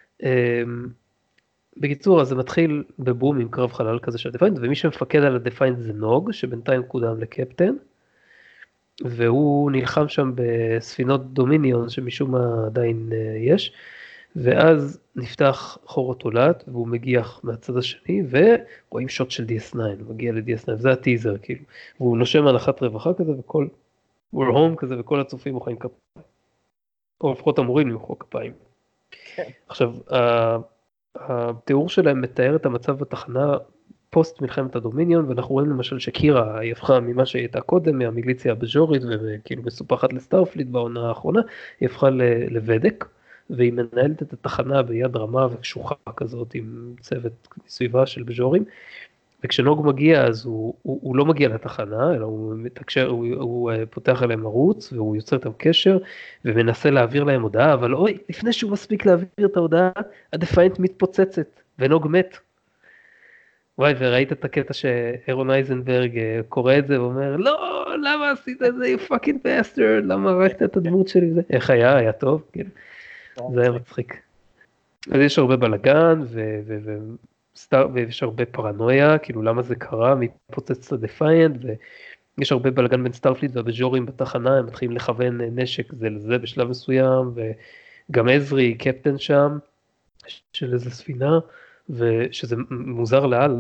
בקיצור, אז זה מתחיל בבום עם קרב חלל כזה של ה-Defiant, ומי שמפקד על ה-Defiant זה נוג, שבינתיים קודם לקפטן, והוא נלחם שם בספינות דומיניון, שמשום מה עדיין יש, ואז נפתח חור התולעת, והוא מגיח מהצד השני, ורואים שוט של די אס נייין, הוא מגיע ל-די אס נייין, וזה הטיזר, כאילו, והוא נושם הנחת רווחה כזה, וכל, we're home כזה, וכל הצופים מוחאים כפיים, או לפחות אמורים למחוא כפיים. עכשיו, התיאור שלהם מתאר את המצב בתחנה פוסט מלחמת הדומיניון, ואנחנו רואים למשל שקירה היא הפכה ממה שהייתה קודם, מהמיליציה הבז'ורית, וכאילו מסופחת לסטארפליט בעונה האחרונה, היא הפכה לוודק, והיא מנהלת את התחנה ביד רמה וקשוחה כזאת, עם צוות סביבה של בז'ורים, וכשנוג מגיע אז הוא, הוא, הוא לא מגיע לתחנה, אלא הוא מתקשר, הוא, הוא פותח עליהם ערוץ, והוא יוצר איתם קשר, ומנסה להעביר להם הודעה, אבל אוי, לפני שהוא מספיק להעביר את ההודעה, ה-Defiant מתפוצצת, ונוג מת. וואי, וראית את הקטע שאירון אייזנברג קורא את זה, ואומר, לא, למה עשית את זה, you fucking bastard, למה הרגת את הדמות שלי? זה? איך היה, היה טוב, כאילו. זה היה מצחיק. אז יש הרבה בלגן, ו... ו, ו סטאר, ויש הרבה פרנויה, כאילו למה זה קרה, מפוצץ ל-Defiant, ויש הרבה בלגן בין סטארפליט והבז'ורים בתחנה, הם מתחילים לכוון נשק זה לזה בשלב מסוים, וגם עזרי, קפטן שם, של איזה ספינה, ושזה מוזר לאללה,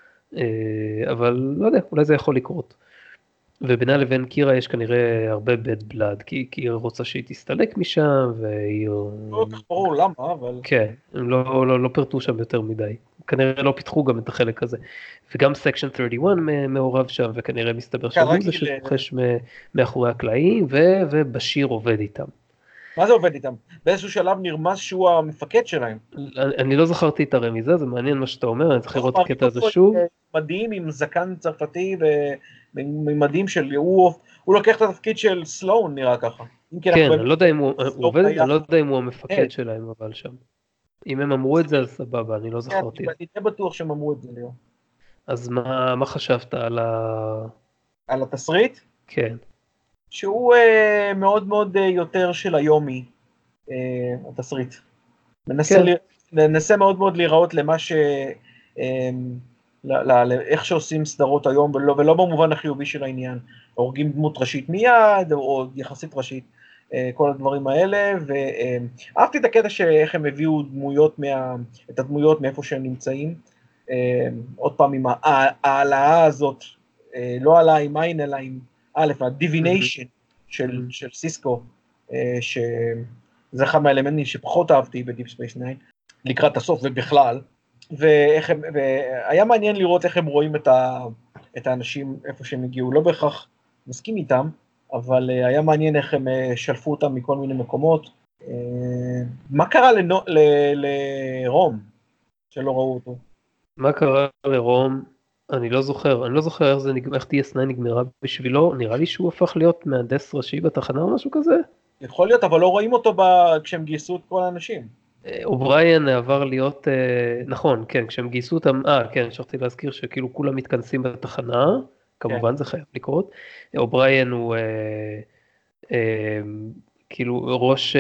אבל לא יודע, אולי זה יכול לקרות. ובינה לבין קירה יש כנראה הרבה bad blood, כי, כי היא רוצה שהיא תסתלק משם, והיא... לא כל כך ברור למה, אבל... כן, הם לא, לא, לא פרטו שם יותר מדי. כנראה לא פיתחו גם את החלק הזה. וגם סקשן שלושים ואחת מעורב שם, וכנראה מסתבר שהוא זה שרוכש מאחורי הקלעים, ו, ובשיר עובד איתם. מה זה עובד איתם? באיזשהו שלב נרמז שהוא המפקד שלהם. אני, אני לא זכרתי את הרמיזה, זה מעניין מה שאתה אומר, אני צריך לראות את הקטע הזה שוב. מדהים עם זקן צרפתי וממדים של... הוא, הוא לוקח את התפקיד של סלון, נראה ככה. כן, אני לא יודע אם הוא, הוא עובד, אני לא יודע אם הוא המפקד שלהם, אבל שם. אם הם אמרו את זה, אז סבבה, אני לא זכרתי. אני די בטוח שהם אמרו את זה, ליאור. אז מה, מה חשבת על ה... על התסריט? כן. שהוא אה, מאוד מאוד אה, יותר של היומי, אה, התסריט. מנסה, כן. ל... מנסה מאוד מאוד להיראות למה ש... אה, ל... ל... איך שעושים סדרות היום, ולא, ולא במובן החיובי של העניין. הורגים דמות ראשית מיד, או יחסית ראשית, אה, כל הדברים האלה, ואהבתי את הקטע שאיך הם הביאו דמויות מה... את הדמויות מאיפה שהם נמצאים. אה, עוד פעם עם העלאה הזאת, אה, לא עלה עם עין, אלא עם א', הדיביניישן של, של סיסקו, שזה אחד מהאלמנטים שפחות אהבתי בדיפ ספייס ניין, לקראת הסוף ובכלל, ואיך הם, והיה מעניין לראות איך הם רואים את, ה, את האנשים איפה שהם הגיעו, לא בהכרח מסכים איתם, אבל היה מעניין איך הם שלפו אותם מכל מיני מקומות. מה קרה לנו, ל, לרום, שלא ראו אותו? מה קרה לרום? אני לא זוכר, אני לא זוכר איך זה נגמר, איך די אס ניין נגמרה בשבילו, נראה לי שהוא הפך להיות מהנדס ראשי בתחנה או משהו כזה. יכול להיות, אבל לא רואים אותו ב... כשהם גייסו את כל האנשים. אובריין עבר להיות, נכון, כן, כשהם גייסו אותם, אה, כן, שכחתי להזכיר שכאילו כולם מתכנסים בתחנה, כמובן כן. זה חייב לקרות. אובריין הוא... כאילו ראש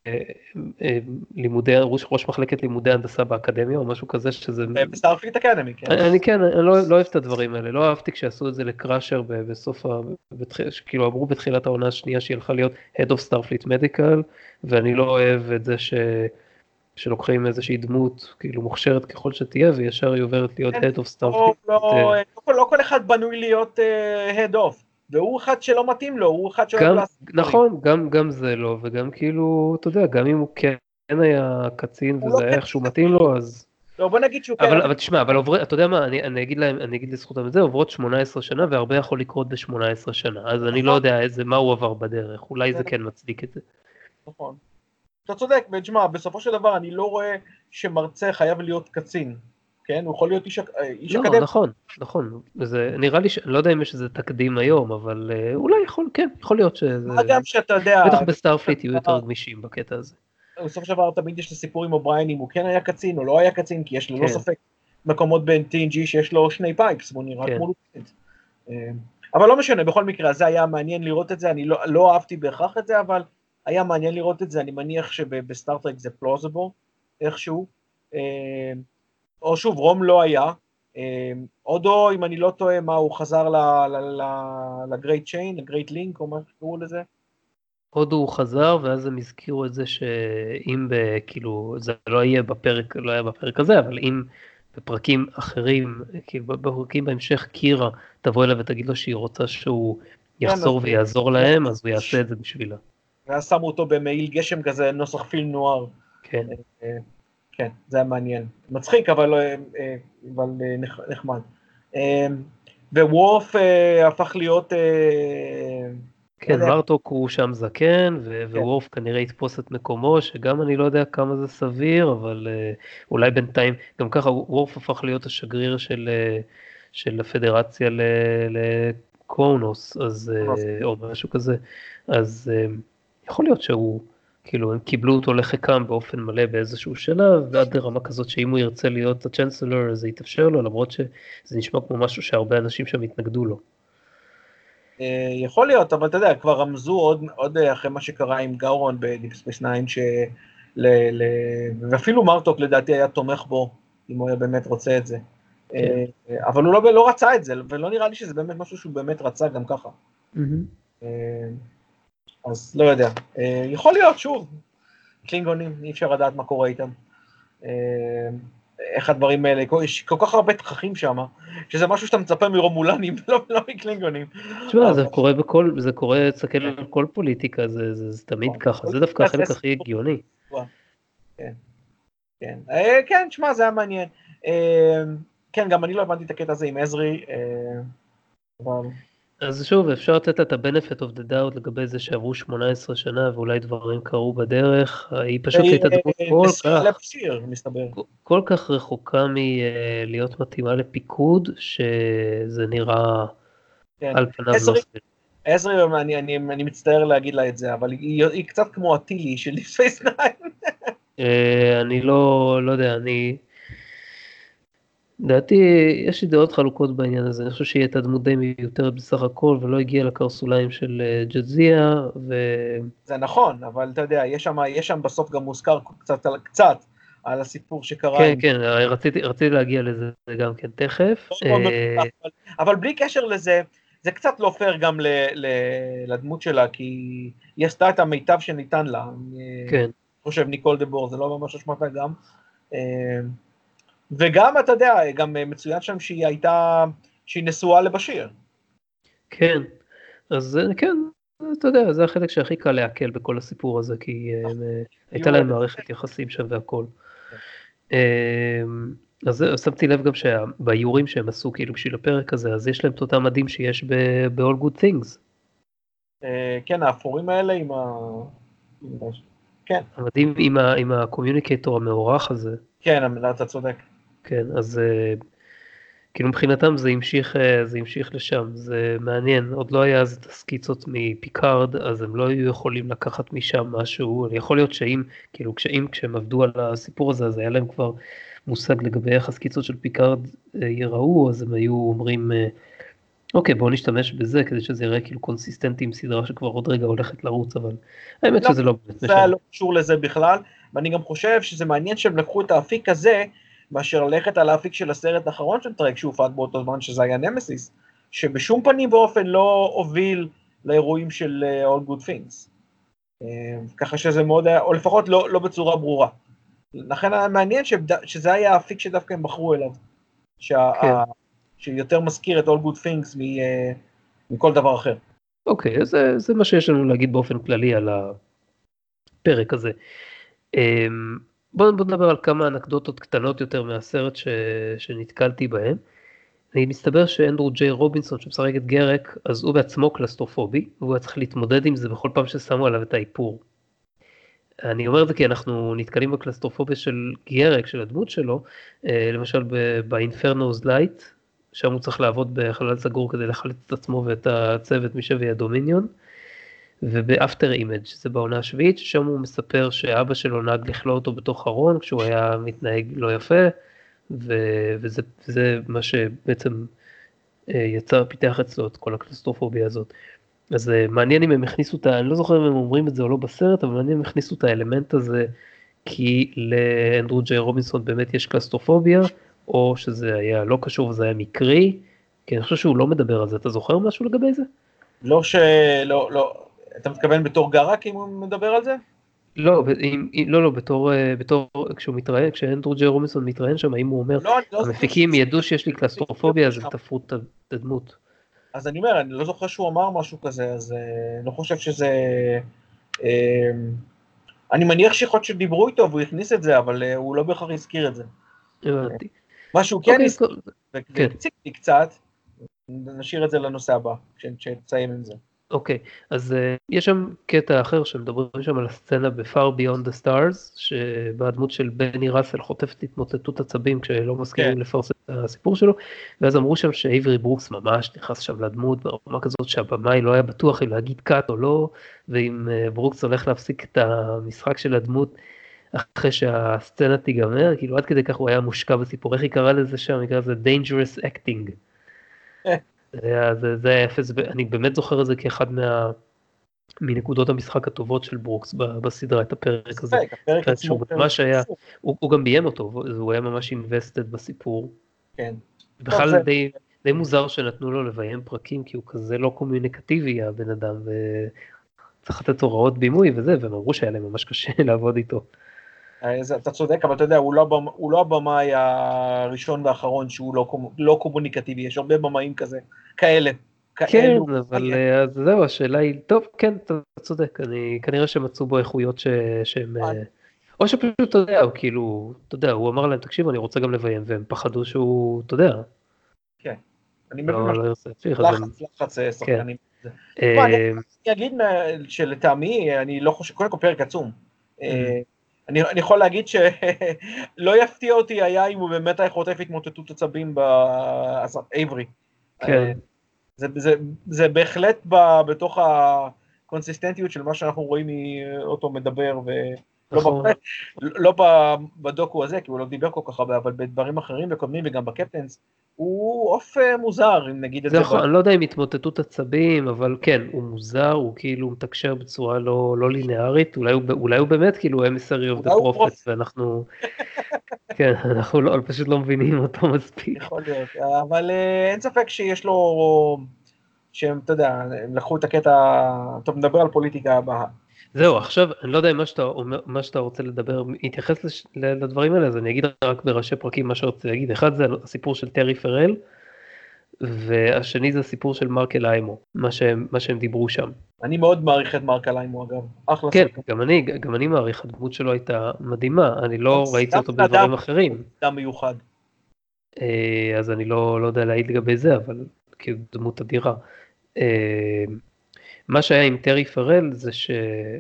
לימודי, ראש, ראש מחלקת לימודי הנדסה באקדמיה או משהו כזה שזה... בסטארפליט אקדמי, כן. אני כן, אני לא, לא אוהב את הדברים האלה, לא אהבתי כשעשו את זה לקראשר בסוף, כאילו אמרו בתחילת העונה השנייה שהיא הלכה להיות Head of Starfleet Medical, ואני לא אוהב את זה ש... שלוקחים איזושהי דמות, כאילו מוכשרת ככל שתהיה, וישר היא עוברת להיות Head of Starfleet. לא, לא, לא כל אחד בנוי להיות Head of. והוא אחד שלא מתאים לו, הוא אחד שאוהב לעשות. נכון, גם, גם זה לא, וגם כאילו, אתה יודע, גם אם הוא כן היה קצין וזה היה איכשהו מתאים לו, אז... לא, בוא נגיד שהוא אבל, אבל תשמע, אבל עובר, אתה יודע מה, אני, אני אגיד להם, אני אגיד לזכותם את זה, עוברות שמונה עשרה שנה, והרבה יכול לקרות ב-שמונה עשרה שנה, אז אני לא יודע איזה, מה הוא עבר בדרך, אולי זה כן מצדיק את זה. נכון. אתה צודק, ותשמע, בסופו של דבר אני לא רואה שמרצה חייב להיות קצין. כן, הוא יכול להיות איש, איש לא, אקדמי. נכון, נכון, זה נראה לי, ש... לא יודע אם יש איזה תקדים היום, אבל uh, אולי יכול, כן, יכול להיות שזה... מה גם שאתה יודע... בטח בסטארפליט יהיו יותר גמישים בקטע הזה. בסוף של דבר תמיד יש את הסיפור עם אובריין, אם הוא כן היה קצין או לא היה קצין, כי יש ללא כן. ספק מקומות ב-טי אן ג'י שיש לו שני פייקס, והוא נראה כן. כמו לוקסית. אבל לא משנה, בכל מקרה, זה היה מעניין לראות את זה, אני לא, לא אהבתי בהכרח את זה, אבל היה מעניין לראות את זה, אני מניח שבסטארטרק זה פלוזיבל, איכשהו. או שוב, רום לא היה, אודו, אם אני לא טועה, מה, הוא חזר לגרייט צ'יין, לגרייט לינק, או מה שקראו לזה? הודו הוא חזר, ואז הם הזכירו את זה שאם, כאילו, זה לא יהיה בפרק, לא היה בפרק הזה, אבל אם בפרקים אחרים, כאילו בפרקים בהמשך, קירה תבוא אליו ותגיד לו שהיא רוצה שהוא יחזור ויעזור להם, אז הוא יעשה את זה בשבילה. ואז שמו אותו במעיל גשם כזה, נוסח פיל נוער. כן. כן, זה היה מעניין. מצחיק, אבל, אבל נחמד. ווורף הפך להיות... כן, מרטוק הוא שם זקן, ווורף כנראה יתפוס את מקומו, שגם אני לא יודע כמה זה סביר, אבל אולי בינתיים, גם ככה וורף הפך להיות השגריר של, של הפדרציה לקרונוס, אז, או משהו כזה, אז יכול להיות שהוא, כאילו הם קיבלו אותו לחיקם באופן מלא באיזשהו שלב, ועד לרמה כזאת שאם הוא ירצה להיות הצ'אנסלר, זה יתאפשר לו, למרות שזה נשמע כמו משהו שהרבה אנשים שם התנגדו לו. יכול להיות, אבל אתה יודע, כבר רמזו עוד, עוד אחרי מה שקרה עם גאורון בדיפ ספייס ניין, ש... ל, ל... ואפילו מרטוק לדעתי היה תומך בו, אם הוא היה באמת רוצה את זה. כן. אבל הוא לא, לא רצה את זה, ולא נראה לי שזה באמת משהו שהוא באמת רצה גם ככה. Mm-hmm. אז לא יודע. יכול להיות, שוב, קלינגונים, אי אפשר לדעת מה קורה איתם. איך הדברים האלה, יש כל כך הרבה תככים שם, שזה משהו שאתה מצפה מרומולנים, לא, לא מקלינגונים. תשמע, זה קורה בכל, זה קורה, תסתכל על כל פוליטיקה, זה, זה, זה תמיד ככה, זה דווקא החלק הכי הגיוני. כן, כן, כן, תשמע, זה היה מעניין. כן, גם אני לא הבנתי את הקטע הזה עם עזרי, אבל... אז שוב, אפשר לתת את ה-benefit of the doubt לגבי זה שעברו שמונה עשרה שנה ואולי דברים קרו בדרך, היא פשוט הייתה דמות כל כך, כל כך רחוקה מלהיות מתאימה לפיקוד, שזה נראה על פניו לא סביב. עזרי, אני מצטער להגיד לה את זה, אבל היא קצת כמו הטילי של Deep Space Nine. אני לא, לא יודע, אני... לדעתי, יש לי דעות חלוקות בעניין הזה, אני חושב שהיא הייתה דמות די מיותרת בסך הכל, ולא הגיעה לקרסוליים של ג'זיה, ו... זה נכון, אבל אתה יודע, יש שם, יש שם בסוף גם מוזכר קצת, קצת על הסיפור שקרה. כן, כן, רציתי, רציתי להגיע לזה גם כן תכף. אבל, אבל בלי קשר לזה, זה קצת לא פייר גם ל, ל, לדמות שלה, כי היא עשתה את המיטב שניתן לה. כן. אני חושב ניקול דבור, זה לא ממש אשמתה גם. וגם, אתה יודע, גם מצוין שם שהיא הייתה, שהיא נשואה לבשיר. כן, אז כן, אתה יודע, זה החלק שהכי קל להקל בכל הסיפור הזה, כי הייתה להם מערכת יחסים שם והכל. אז שמתי לב גם שבאיורים שהם עשו כאילו בשביל הפרק הזה, אז יש להם את אותם מדים שיש ב-All Good Things. כן, האפורים האלה עם ה... כן. המדים עם הקומיוניקטור המאורח הזה. כן, אתה צודק. כן, אז כאילו מבחינתם זה המשיך, זה המשיך לשם, זה מעניין, עוד לא היה אז את הסקיצות מפיקארד, אז הם לא היו יכולים לקחת משם משהו, יכול להיות שאם, כאילו כשאם, כשהם עבדו על הסיפור הזה, אז היה להם כבר מושג לגבי איך הסקיצות של פיקארד יראו, אז הם היו אומרים, אוקיי, בואו נשתמש בזה, כדי שזה יראה כאילו קונסיסטנטי עם סדרה שכבר עוד רגע הולכת לרוץ, אבל האמת שזה לא באמת משנה. זה לא קשור לזה בכלל, ואני גם חושב שזה מעניין שהם לקחו את האפיק הזה, מאשר ללכת על האפיק של הסרט האחרון של טרק שהופק באותו זמן שזה היה נמסיס, שבשום פנים ואופן לא הוביל לאירועים של All Good Things. ככה שזה מאוד היה, או לפחות לא, לא בצורה ברורה. לכן היה מעניין שזה היה האפיק שדווקא הם בחרו אליו, שה, כן. שיותר מזכיר את All Good Things מכל דבר אחר. אוקיי, אז זה, זה מה שיש לנו להגיד באופן כללי על הפרק הזה. בואו בוא נדבר על כמה אנקדוטות קטנות יותר מהסרט ש, שנתקלתי בהם. אני מסתבר שאנדרו ג'יי רובינסון שמשחק את גרק, אז הוא בעצמו קלסטרופובי, והוא היה צריך להתמודד עם זה בכל פעם ששמו עליו את האיפור. אני אומר את זה כי אנחנו נתקלים בקלסטרופוביה של גרק, של הדמות שלו, למשל באינפרנוס לייט, שם הוא צריך לעבוד בחלל סגור כדי לחלץ את עצמו ואת הצוות משווי הדומיניון, ובאפטר אימג' זה בעונה השביעית, שם הוא מספר שאבא שלו נהג לכלוא אותו בתוך ארון, כשהוא היה מתנהג לא יפה, ו- וזה, וזה מה שבעצם יצר, פיתח אצלו את כל הקלסטרופוביה הזאת. אז מעניין אם הם הכניסו את ה... אני לא זוכר אם הם אומרים את זה או לא בסרט, אבל מעניין אם הם הכניסו את האלמנט הזה, כי לאנדרו ג'יי רובינסון באמת יש קלסטרופוביה, או שזה היה לא קשור וזה היה מקרי, כי אני חושב שהוא לא מדבר על זה. אתה זוכר משהו לגבי זה? לא ש... לא, לא. אתה מתכוון בתור גרק אם הוא מדבר על זה? לא, לא, לא, בתור, בתור, כשהוא מתראיין, כשאנדרו ג'יי רובינסון מתראיין שם, האם הוא אומר, המפיקים ידעו שיש לי קלסטרופוביה, אז הם תפרו את הדמות. אז אני אומר, אני לא זוכר שהוא אמר משהו כזה, אז אני לא חושב שזה... אני מניח שיכול להיות שדיברו איתו והוא הכניס את זה, אבל הוא לא בהכרח הזכיר את זה. הבנתי. מה שהוא כן הזכיר, והציג לי קצת, נשאיר את זה לנושא הבא, כשתסיים עם זה. אוקיי, אז יש שם קטע אחר שמדברים שם על הסצנה ב-Far Beyond the Stars, שבדמות של בני ראסל חוטפת התמוטטות עצבים כשלא מסכימים לפרסם את הסיפור שלו, ואז אמרו שם שאיברי ברוקס ממש נכנס שם לדמות ברמה כזאת שהבמאי לא היה בטוח אם להגיד קאט או לא, ואם ברוקס הולך להפסיק את המשחק של הדמות אחרי שהסצנה תיגמר, כאילו עד כדי כך הוא היה מושקע בסיפור, איך היא קראה לזה שם, היא קראה לזה dangerous acting. זה, זה היה אפס, אני באמת זוכר את זה כאחד מה, מנקודות המשחק הטובות של ברוקס בסדרה, את הפרק הזה. הפרק שהוא ממש היה, הוא, הוא גם ביים אותו, הוא היה ממש invested בסיפור. כן. בכלל זה... די, די מוזר שנתנו לו לביים פרקים, כי הוא כזה לא קומיוניקטיבי, הבן אדם, וצריך לתת הוראות בימוי וזה, והם אמרו שהיה להם ממש קשה לעבוד איתו. אז אתה צודק, אבל אתה יודע, הוא לא, הבמ- הוא לא הבמאי הראשון והאחרון שהוא לא, קומ- לא קומוניקטיבי, יש הרבה במאים כזה, כאלה, כן, כאלו. אבל אה, אז זהו, השאלה היא, טוב, כן, אתה צודק, אני, כנראה שמצאו בו איכויות ש, שהם, אה, או שפשוט, אתה יודע, הוא כאילו, אתה יודע, הוא אמר להם, תקשיב, אני רוצה גם לביים, והם פחדו שהוא, אתה יודע, כן, אני מבין מה לא, ש... לא ירצה להמשיך, אז הם, לחץ, לחץ אה, כן. שחקנים. תשמע, אני אה, אני אגיד מה- שלטעמי, אני לא חושב, קודם כל פרק עצום. אמ, אה, אני אני יכול להגיד שלא יפתיע אותי היה אם הוא באמת היה חוטף התמוטטות עצבים בעברי. כן, זה, זה, זה בהחלט ב, בתוך הקונסיסטנטיות של מה שאנחנו רואים מאותו מדבר, ולא ב, נכון. לא ב, בדוקו הזה, כי הוא לא דיבר כל כך הרבה, אבל בדברים אחרים וקודמים וגם בקפטנס, הוא עוף אה, מוזר, אם נגיד את זה זה. ב... נכון, אני לא יודע אם התמוטטות עצבים, אבל כן, הוא מוזר, הוא כאילו מתקשר בצורה לא, לא לינארית, אולי הוא, אולי הוא באמת כאילו emissary of אולי the הוא prophet, פרוס, ואנחנו, כן, אנחנו לא, פשוט לא מבינים אותו מספיק. יכול להיות, אבל אה, אין ספק שיש לו, שהם, אתה יודע, הם לקחו את הקטע, טוב, נדבר על פוליטיקה הבאה. זהו, עכשיו, אני לא יודע אם מה שאתה, אומר- מה שאתה רוצה לדבר, יתייחס לש, לדברים האלה, אז אני אגיד רק בראשי פרקים מה שרציתי להגיד. אחד זה הסיפור של טרי פרל, והשני זה הסיפור של מרק אליימו, מה שהם, מה שהם דיברו שם. אני מאוד מעריך את מרק אליימו, אגב, אחלה כן, שחקן. גם אני, גם אני מעריך, הדמות שלו הייתה מדהימה, אני גם לא ראיתי גם אותו בן אדם, בדברים אחרים, אדם מיוחד. אה, אז אני לא, לא יודע להעיד לגבי זה, אבל כאילו דמות אדירה. אה, מה שהיה עם טרי פרל זה ש...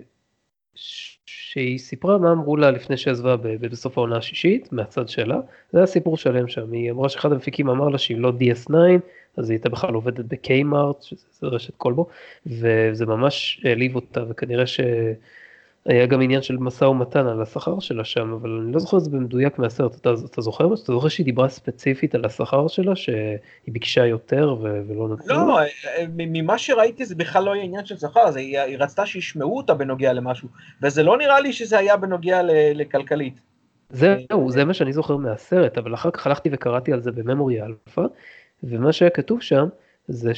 ש- שהיא סיפרה מה אמרו לה לפני שעזבה ב- בסוף העונה השישית, מהצד שלה, זה היה סיפור שלם שם, היא אמרה שאחד המפיקים אמר לה שהיא לא די אס נייין, אז היא הייתה בכלל עובדת בקיימארט, שזה רשת כלבו, וזה ממש העליב אותה, וכנראה שהיה גם עניין של משא ומתן על השכר שלה שם, אבל אני לא זוכר את זה במדויק מהסרט, אתה, אתה זוכר? אתה זוכר שהיא דיברה ספציפית על השכר שלה, שהיא ביקשה יותר ו- ולא נתנו לה? לא, ממה שראיתי זה בכלל לא היה עניין של שכר, זה- היא היא רצתה שישמעו אותה בנוגע למשהו, וזה לא נראה לי שזה היה בנוגע ל- לכלכלית. אה, זהו, זה מה שאני זוכר מהסרט, אבל אחר כך הלכתי וקראתי על זה בממורי אלפא, ומה שהיה כתוב שם זה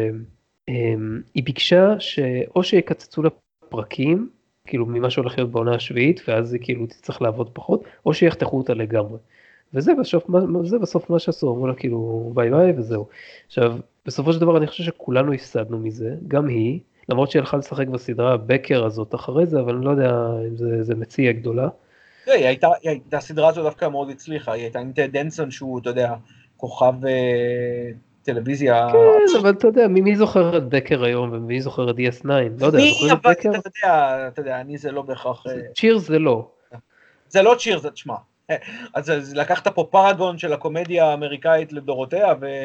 שהיא ביקשה שאו שיקצצו לה פרקים, כאילו ממה שהולך להיות בעונה השביעית, ואז היא כאילו תצטרך לעבוד פחות, או שיחתכו אותה לגמרי. וזה בסוף, מה- זה בסוף מה שעשו, אמרו לה כאילו ביי ביי וזהו. עכשיו, בסופו של דבר אני חושב שכולנו הפסדנו מזה, גם היא, למרות שהיא הלכה לשחק בסדרה בקר הזאת אחרי זה, אבל אני לא יודע אם זה, זה מציאה גדולה. תראה, היא הייתה, היא הייתה- הסדרה הזו דווקא מאוד הצליחה, היא הייתה עם טד דנסון שהוא, אתה יודע, כוכב אה, טלוויזיה. כן, אבל אתה יודע, מי מי זוכר את בקר היום ומי זוכר את די אס ניין? לא יודע, מי, זוכרים את אבל בקר? אתה יודע, אתה יודע, אני זה לא בהכרח, אה, צ'יר זה לא. זה לא צ'יר, זה תשמע. אז אז לקחת פה פרגון של הקומדיה האמריקאית לדורותיה,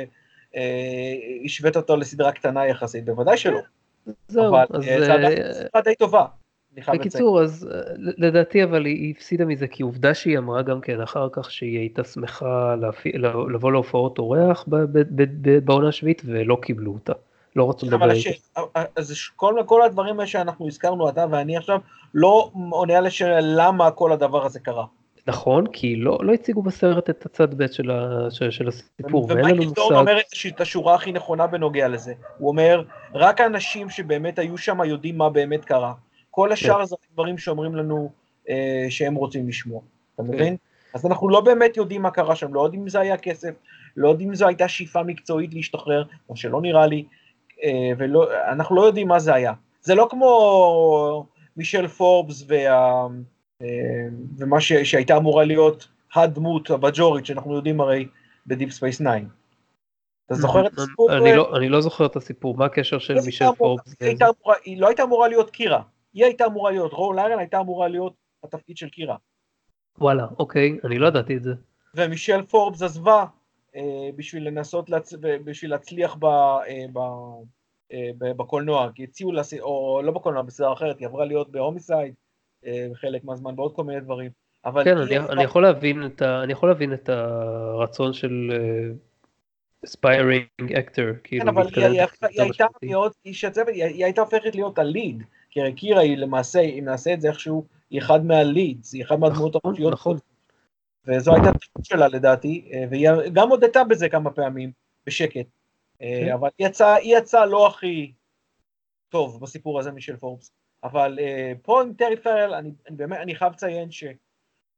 והשווית אותו לסדרה קטנה יחסית, בוודאי שלא. זהו, אבל אז אה, זה עדיין אה, סדרה די טובה, אני חייב לציין. בקיצור, אז אה, לדעתי אבל היא היא הפסידה מזה, כי עובדה שהיא אמרה גם כן אחר כך שהיא הייתה שמחה להפי- לבוא להופעות אורח ב- ב- ב- ב- בעונה השביעית ולא קיבלו אותה. לא רצו כן, אבל לדבר הש... איתה. אז כל, כל הדברים האלה שאנחנו הזכרנו, אתה ואני עכשיו, לא עונה על השאלה למה כל הדבר הזה קרה. נכון, כי לא לא הציגו בסרט את הצד ב' של ה- של- של הסיפור, ואין לנו ומייקל דורן מושג. אומר את הש- את השורה הכי נכונה בנוגע לזה. הוא אומר, רק האנשים שבאמת היו שם יודעים מה באמת קרה. כל כן, השאר זה דברים שאומרים לנו אה, שהם רוצים לשמוע. אתה כן. מבין? אז אנחנו לא באמת יודעים מה קרה שם, לא יודעים אם זה היה כסף, לא יודעים אם זו הייתה שאיפה מקצועית להשתחרר, או שלא נראה לי, אה, ואנחנו לא יודעים מה זה היה. זה לא כמו מישל פורבס וה, אה, ומה ש, שהייתה אמורה להיות הדמות הבג'ורית, שאנחנו יודעים הרי בדיפ ספייס ניין. אתה זוכר את הסיפור? אני לא אני לא זוכר את הסיפור, מה הקשר של היא מישל הייתה אמורה- פורבס היא לזה? הייתה אמורה- היא לא הייתה אמורה להיות קירה, היא הייתה אמורה להיות, רו ליירן הייתה אמורה להיות התפקיד של קירה. וואלה, אוקיי, אני לא ידעתי את זה. ומישל פורבס עזבה אה, בשביל לנסות, להצ... בשביל להצליח ב... אה, ב... אה, ב- בקולנוע, כי הציעו לה, או לא בקולנוע, בסדרה אחרת, היא עברה להיות בהומיסייד, אה, חלק מהזמן, בעוד כל מיני דברים, אבל כן, היא אני, עזבה, אני יכול להבין את ה, אני יכול להבין את הרצון של אספיירינג uh, אקטור, כן, כאילו אבל היא, להתקדם היא, היא יותר הייתה משמעותי. מאוד, היא, שצוות, היא, היא הייתה הופכת להיות הליד, כי הרי קירה היא למעשה, אם נעשה את זה איכשהו, היא אחד מהלידס, היא אחד מהדמויות נכון, הראשיות, נכון. וזו הייתה תפקיד שלה לדעתי, אה, והיא גם הודתה בזה כמה פעמים, בשקט, כן. אה, אבל היא יצאה, היא יצאה לא הכי טוב בסיפור הזה משל פורבס, אבל אה, פה עם טרי פרל, אני, אני באמת, אני חייב לציין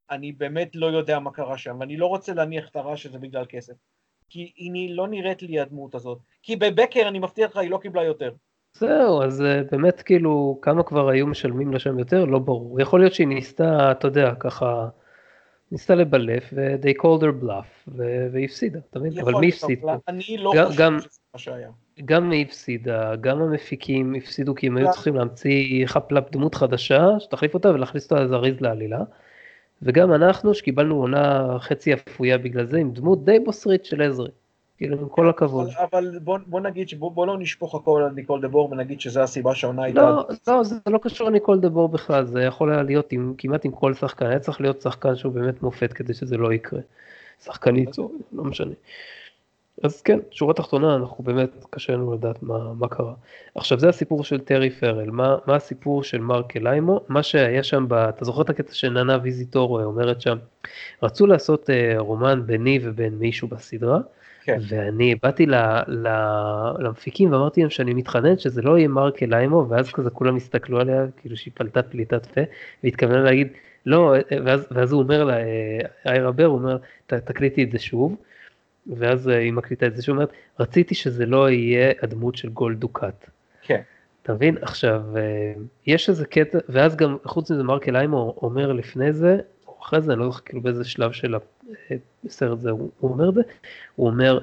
אני באמת לא יודע מה קרה שם, ואני לא רוצה להניח את הרע שזה בגלל כסף. כי היא לא נראית לי הדמות הזאת. כי בבקר, אני מבטיח לך, היא לא קיבלה יותר. זהו, אז אה, באמת כאילו, כמה כבר היו משלמים לשם יותר, לא ברור. יכול להיות שהיא ניסתה, אתה יודע, ככה, ניסתה לבלף, ו-they called her bluff, ו- והפסידה, אתה מבין? אבל יכול מי להיות, הפסיד אבל פה? אני לא גם, חושב גם, שזה מה שהיה. גם מי הפסידה, גם המפיקים הפסידו, כי הם היו צריכים להמציא חפלפ דמות חדשה, שתחליף אותה ולהכניס אותה זריז לעלילה. וגם אנחנו שקיבלנו עונה חצי אפויה בגלל זה, עם דמות די בוסרית של עזרי. כאילו, עם כל הכבוד. אבל, אבל בוא, בוא נגיד, שבוא, בוא לא נשפוך הכל על ניקול דבור, ונגיד שזו הסיבה שהעונה הייתה... לא, לא, זה לא קשור לניקול דבור בכלל, זה יכול היה להיות עם, כמעט עם כל שחקן, היה צריך להיות שחקן שהוא באמת מופת כדי שזה לא יקרה. שחקנית, או לא משנה. אז כן, שורה תחתונה, אנחנו באמת קשה לנו לדעת מה, מה קרה. עכשיו, זה הסיפור של טרי פרל, מה, מה הסיפור של מרק אליימו, מה שהיה שם, ב, אתה זוכר את הקטע שננה ויזיטור אומרת שם, רצו לעשות uh, רומן ביני ובין מישהו בסדרה, כן. ואני באתי ל, ל, למפיקים ואמרתי להם שאני מתחנן שזה לא יהיה מרק אליימו, ואז כזה כולם הסתכלו עליה, כאילו שהיא פלטת פליטת פה, והתכוונה להגיד, לא, ואז, ואז הוא אומר לה, איירה בר, הוא אומר, ת, תקליטי את זה שוב, ואז היא מקליטה את זה, שאומרת, רציתי שזה לא יהיה הדמות של גולד דוקט. כן. אתה מבין? עכשיו, יש איזה קטע, ואז גם, חוץ מזה, מרק אליימו אומר לפני זה, או אחרי זה, אני לא יודע כאילו באיזה שלב של הסרט זה, הוא, הוא אומר זה, הוא אומר,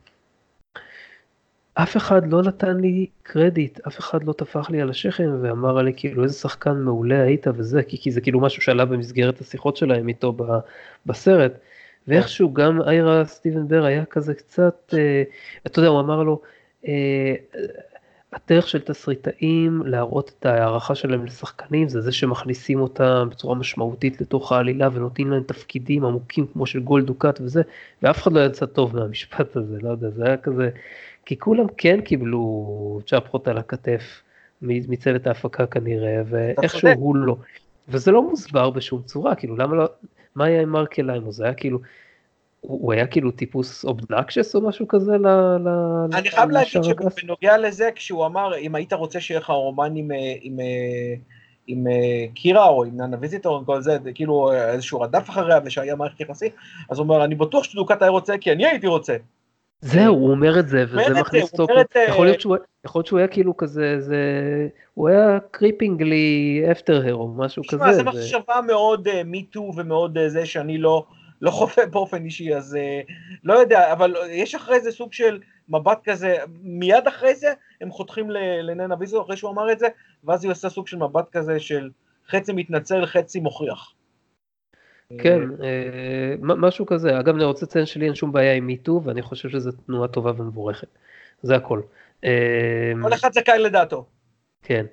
אף אחד לא נתן לי קרדיט, אף אחד לא טפח לי על השכם, ואמר לי כאילו איזה שחקן מעולה היית וזה, כי, כי זה כאילו משהו שעלה במסגרת השיחות שלהם איתו ב, בסרט, ואיכשהו גם איירה סטיבן בר היה כזה קצת, אה, אתה יודע, הוא אמר לו, אה, הדרך של תסריטאים להראות את הערכה שלהם לשחקנים, זה זה שמכניסים אותם בצורה משמעותית לתוך העלילה, ונותנים להם תפקידים עמוקים כמו של גולד דוקט וזה, ואף אחד לא יצא טוב מהמשפט הזה, לא יודע, זה היה כזה, כי כולם כן קיבלו צ'פחות על הכתף מצוות ההפקה כנראה, ואיכשהו הוא לא. וזה לא מוסבר בשום צורה, כאילו למה לא, מה היה עם מרק אליימו? זה היה כאילו, הוא היה כאילו טיפוס אובנקשס או משהו כזה ל... אני חייב להגיד שבנוגע לזה, כשהוא אמר, אם היית רוצה שיהיה לך רומן עם, עם, עם קירה או עם ננה ויזיטור, כל זה, כאילו איזשהו רדף אחריה ושהיה מערכת יחסי, אז הוא אומר, אני בטוח שדוקת היה רוצה, כי אני הייתי רוצה. זהו, הוא אומר את זה, וזה מכניס אותו, יכול להיות שהוא היה כאילו כזה, הוא היה קריפינגלי אפטר הרו, משהו כזה. זה מחשבה מאוד מיטו ומאוד זה שאני לא... לא חופה באופן אישי, אז לא יודע, אבל יש אחרי זה סוג של מבט כזה, מיד אחרי זה הם חותכים לננה ויזו, אחרי שהוא אמר את זה, ואז היא עושה סוג של מבט כזה של חצי מתנצל, חצי מוכיח. כן, משהו כזה. אגב, אני רוצה לציין שלי אין שום בעיה עם מיטו, ואני חושב שזו תנועה טובה ומבורכת. זה הכל. כל אחד זכאי לדעתו. כן.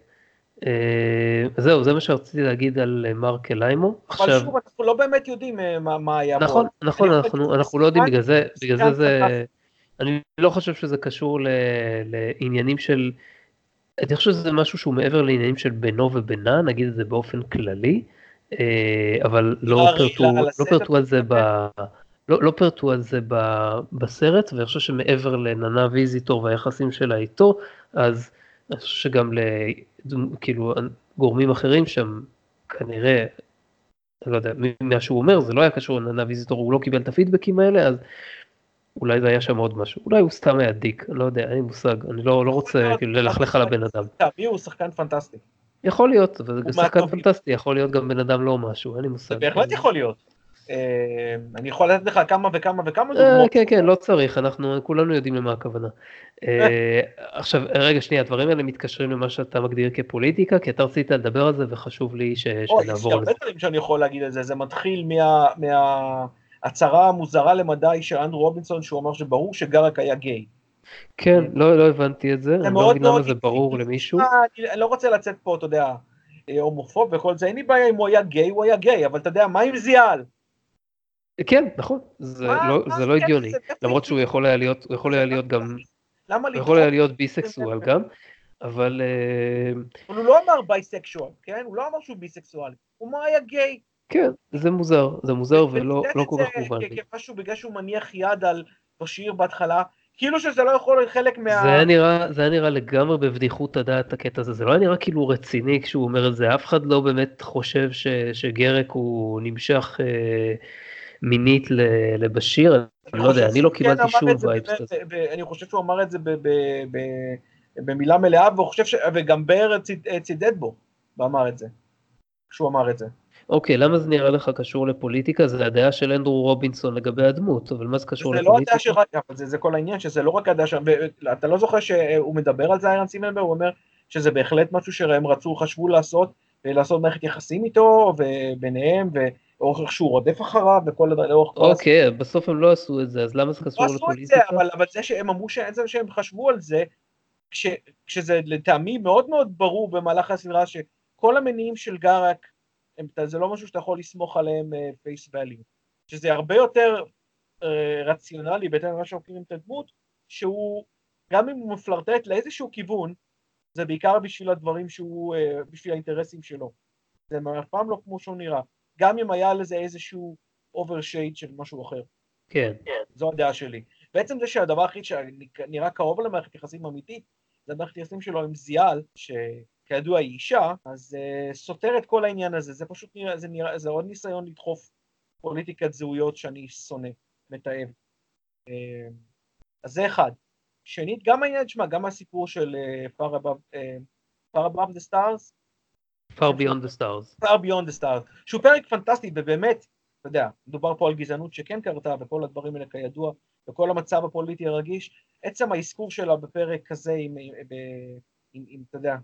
זהו, זה מה שרציתי להגיד על מרק אליימו. אבל שוב, אנחנו לא באמת יודעים מה היה פה. נכון, נכון, אנחנו לא יודעים, בגלל זה, בגלל זה זה, אני לא חושב שזה קשור לעניינים של, אני חושב שזה משהו שהוא מעבר לעניינים של בינו ובינה, נגיד את זה באופן כללי, אבל לא פרטו על זה ב... לא, לא פרטו על זה בסרט, ואני חושב שמעבר לננה ויזיטור והיחסים שלה איתו, אז אני חושב שגם כאילו גורמים אחרים שם, כנראה, אני לא יודע, מה שהוא אומר, זה לא היה קשור לננה ויזיטור, הוא לא קיבל את הפידבקים האלה, אז אולי זה היה שם עוד משהו, אולי הוא סתם היה דיק, אני לא יודע, אין לי מושג, אני לא, לא רוצה כאילו ללכלך על הבן אדם. מי הוא שחקן פנטסטי? יכול להיות, ושחקן פנטסטי, יכול להיות גם בן אדם לא משהו, אין לי מושג. זה בהחלט יכול להיות. אני יכול לתת לך כמה וכמה וכמה דוגמאות. כן, כן, לא צריך, אנחנו כולנו יודעים למה הכוונה. עכשיו, רגע, שנייה, הדברים האלה מתקשרים למה שאתה מגדיר כפוליטיקה, כי אתה רצית לדבר על זה וחשוב לי שנעבור על זה. יש הרבה דברים שאני יכול להגיד על זה, זה מתחיל מההצהרה המוזרה למדי של אנדרו רובינסון, שהוא אמר שברור שגרק היה גיי. כן, לא הבנתי את זה, אני לא מבין למה זה ברור למישהו. אני לא רוצה לצאת פה, אתה יודע, הומופוב וכל זה, אין לי בעיה אם הוא היה גיי, הוא היה גיי, אבל אתה יודע, מה עם זיאל? כן, נכון, זה לא הגיוני, למרות שהוא יכול היה להיות, הוא יכול היה להיות גם, הוא יכול היה להיות ביסקסואל גם, אבל... אבל הוא לא אמר ביסקסואל, כן? הוא לא אמר שהוא ביסקסואל, הוא אמר היה גיי. כן, זה מוזר, זה מוזר ולא כל כך מובן. כמשהו בגלל שהוא מניח יד על בשיר בהתחלה, כאילו שזה לא יכול להיות חלק מה... זה היה נראה, זה היה נראה לגמרי בבדיחות הדעת הקטע הזה, זה לא היה נראה כאילו רציני כשהוא אומר את זה, אף אחד לא באמת חושב ש, שגרק הוא נמשך אה, מינית ל- לבשיר, אני אני לא יודע, חושב אני לא שהוא כן קיבלתי אמר שום את זה, וייבס באמת, כזה. ב- ב- אני חושב שהוא אמר את זה ב- ב- ב- במילה מלאה, והוא חושב ש... וגם בר ציד- צידד בו, ואמר את זה, כשהוא אמר את זה. אוקיי, למה זה נראה לך קשור לפוליטיקה? זה הדעה של אנדרו רובינסון לגבי הדמות, אבל מה זה קשור זה לא הדעה לפוליטיקה? שרק, אבל זה, זה כל העניין, שזה לא רק הדעה שם, ואתה לא זוכר שהוא מדבר על זה, איירן סימנבר, הוא אומר שזה בהחלט משהו שהם רצו, חשבו לעשות, לעשות מערכת יחסים איתו, וביניהם, ואורך שהוא רודף אחריו, וכל לאורך כל הסיפור. אוקיי, בסוף הם לא עשו את זה, אז למה זה לא קשור עשו את זה, לפוליטיקה? אבל, אבל זה שהם אמרו שזה שהם חשבו על זה, כש, כשזה לטעמי מאוד מאוד ברור במהלך הסדרה, שכל המניעים של גרק, הם, זה לא משהו שאתה יכול לסמוך עליהם פייס uh, ואליו, שזה הרבה יותר uh, רציונלי, בהתאם למה שמכירים את הדמות, שהוא, גם אם הוא מפלרטט לאיזשהו כיוון, זה בעיקר בשביל הדברים שהוא, uh, בשביל האינטרסים שלו. זה אף פעם לא כמו שהוא נראה, גם אם היה לזה איזשהו אוברשייד של משהו אחר. כן. זו הדעה שלי. בעצם זה שהדבר הכי שנראה קרוב למערכת יחסים אמיתית, זה המערכת יחסים שלו עם זיאל, שכידוע היא אישה, אז uh, סותר את כל העניין הזה, זה פשוט נראה, זה, נראה, זה עוד ניסיון לדחוף פוליטיקת זהויות שאני שונא, מתאב. Uh, אז זה אחד. שנית, גם העניין, שמה, גם הסיפור של uh, Far Above, uh, Far Above the Stars, Far Beyond the Stars. Far Beyond the Stars, שהוא פרק פנטסטי, ובאמת, אתה יודע, מדובר פה על גזענות שכן קרתה, וכל הדברים האלה כידוע, וכל המצב הפוליטי הרגיש, עצם האזכור שלה בפרק כזה, עם, עם, עם, עם אתה יודע,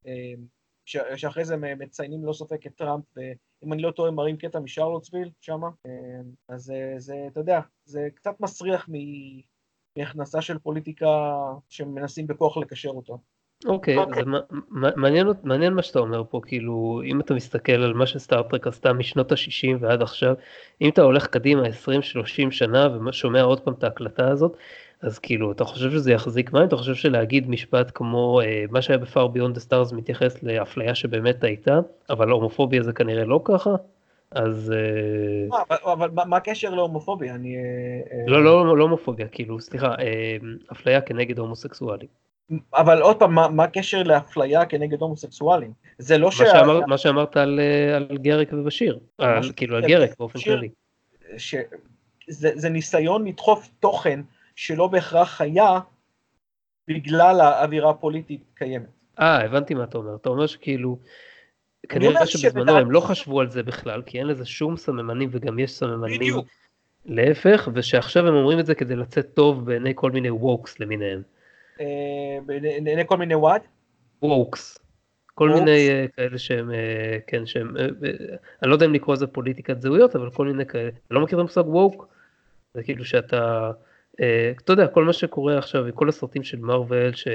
ש, שאחרי זה מציינים לא ספק את טראמפ, ואם אני לא טועה, מראים קטע משרלוטסוויל, שמה, אז זה, זה, אתה יודע, זה קצת מסריח מהכנסה של פוליטיקה שמנסים בכוח לקשר אותו. אוקיי, זה מעניין, מעניין מה שאתה אומר פה, כאילו, אם אתה מסתכל על מה שסטארטרק עשתה משנות ה-שישים ועד עכשיו, אם אתה הולך קדימה עשרים שלושים שנה ושומע עוד פעם את ההקלטה הזאת, אז כאילו, אתה חושב שזה יחזיק מים? אתה חושב שלהגיד משפט כמו אה, מה שהיה ב-Far Beyond the Stars מתייחס לאפליה שבאמת הייתה, אבל הומופוביה זה כנראה לא ככה? אז... מה, אבל, אבל מה, מה הקשר להומופוביה? אני... לא, לא, לא הומופוביה, כאילו, סליחה, אה, אפליה כנגד הומוסקסואלים. אבל עוד פעם, מה, מה הקשר לאפליה כנגד הומוסקסואלים? זה לא מה, שה... שאמר, מה שאמרת על, על גרק ובשיר, על, כאילו על גרק באופן שיר, כללי. ש... זה, זה ניסיון לדחוף תוכן שלא בהכרח היה בגלל האווירה הפוליטית קיימת. אה, הבנתי מה אתה אומר. אתה אומר שכאילו, כנראה שבזמנו הם לא חשבו על זה בכלל, כי אין לזה שום סממנים וגם יש סממנים בדיוק. להפך, ושעכשיו הם אומרים את זה כדי לצאת טוב בעיני כל מיני ווקס למיניהם. בעיני כל מיני what? ווקס. כל מיני כאלה שהם, כן, שהם, אני לא יודע אם לקרוא לזה פוליטיקת זהויות, אבל כל מיני כאלה. אני לא מכיר את המושג ווק, זה כאילו שאתה, אתה יודע, כל מה שקורה עכשיו, כל הסרטים של מארוול, ש...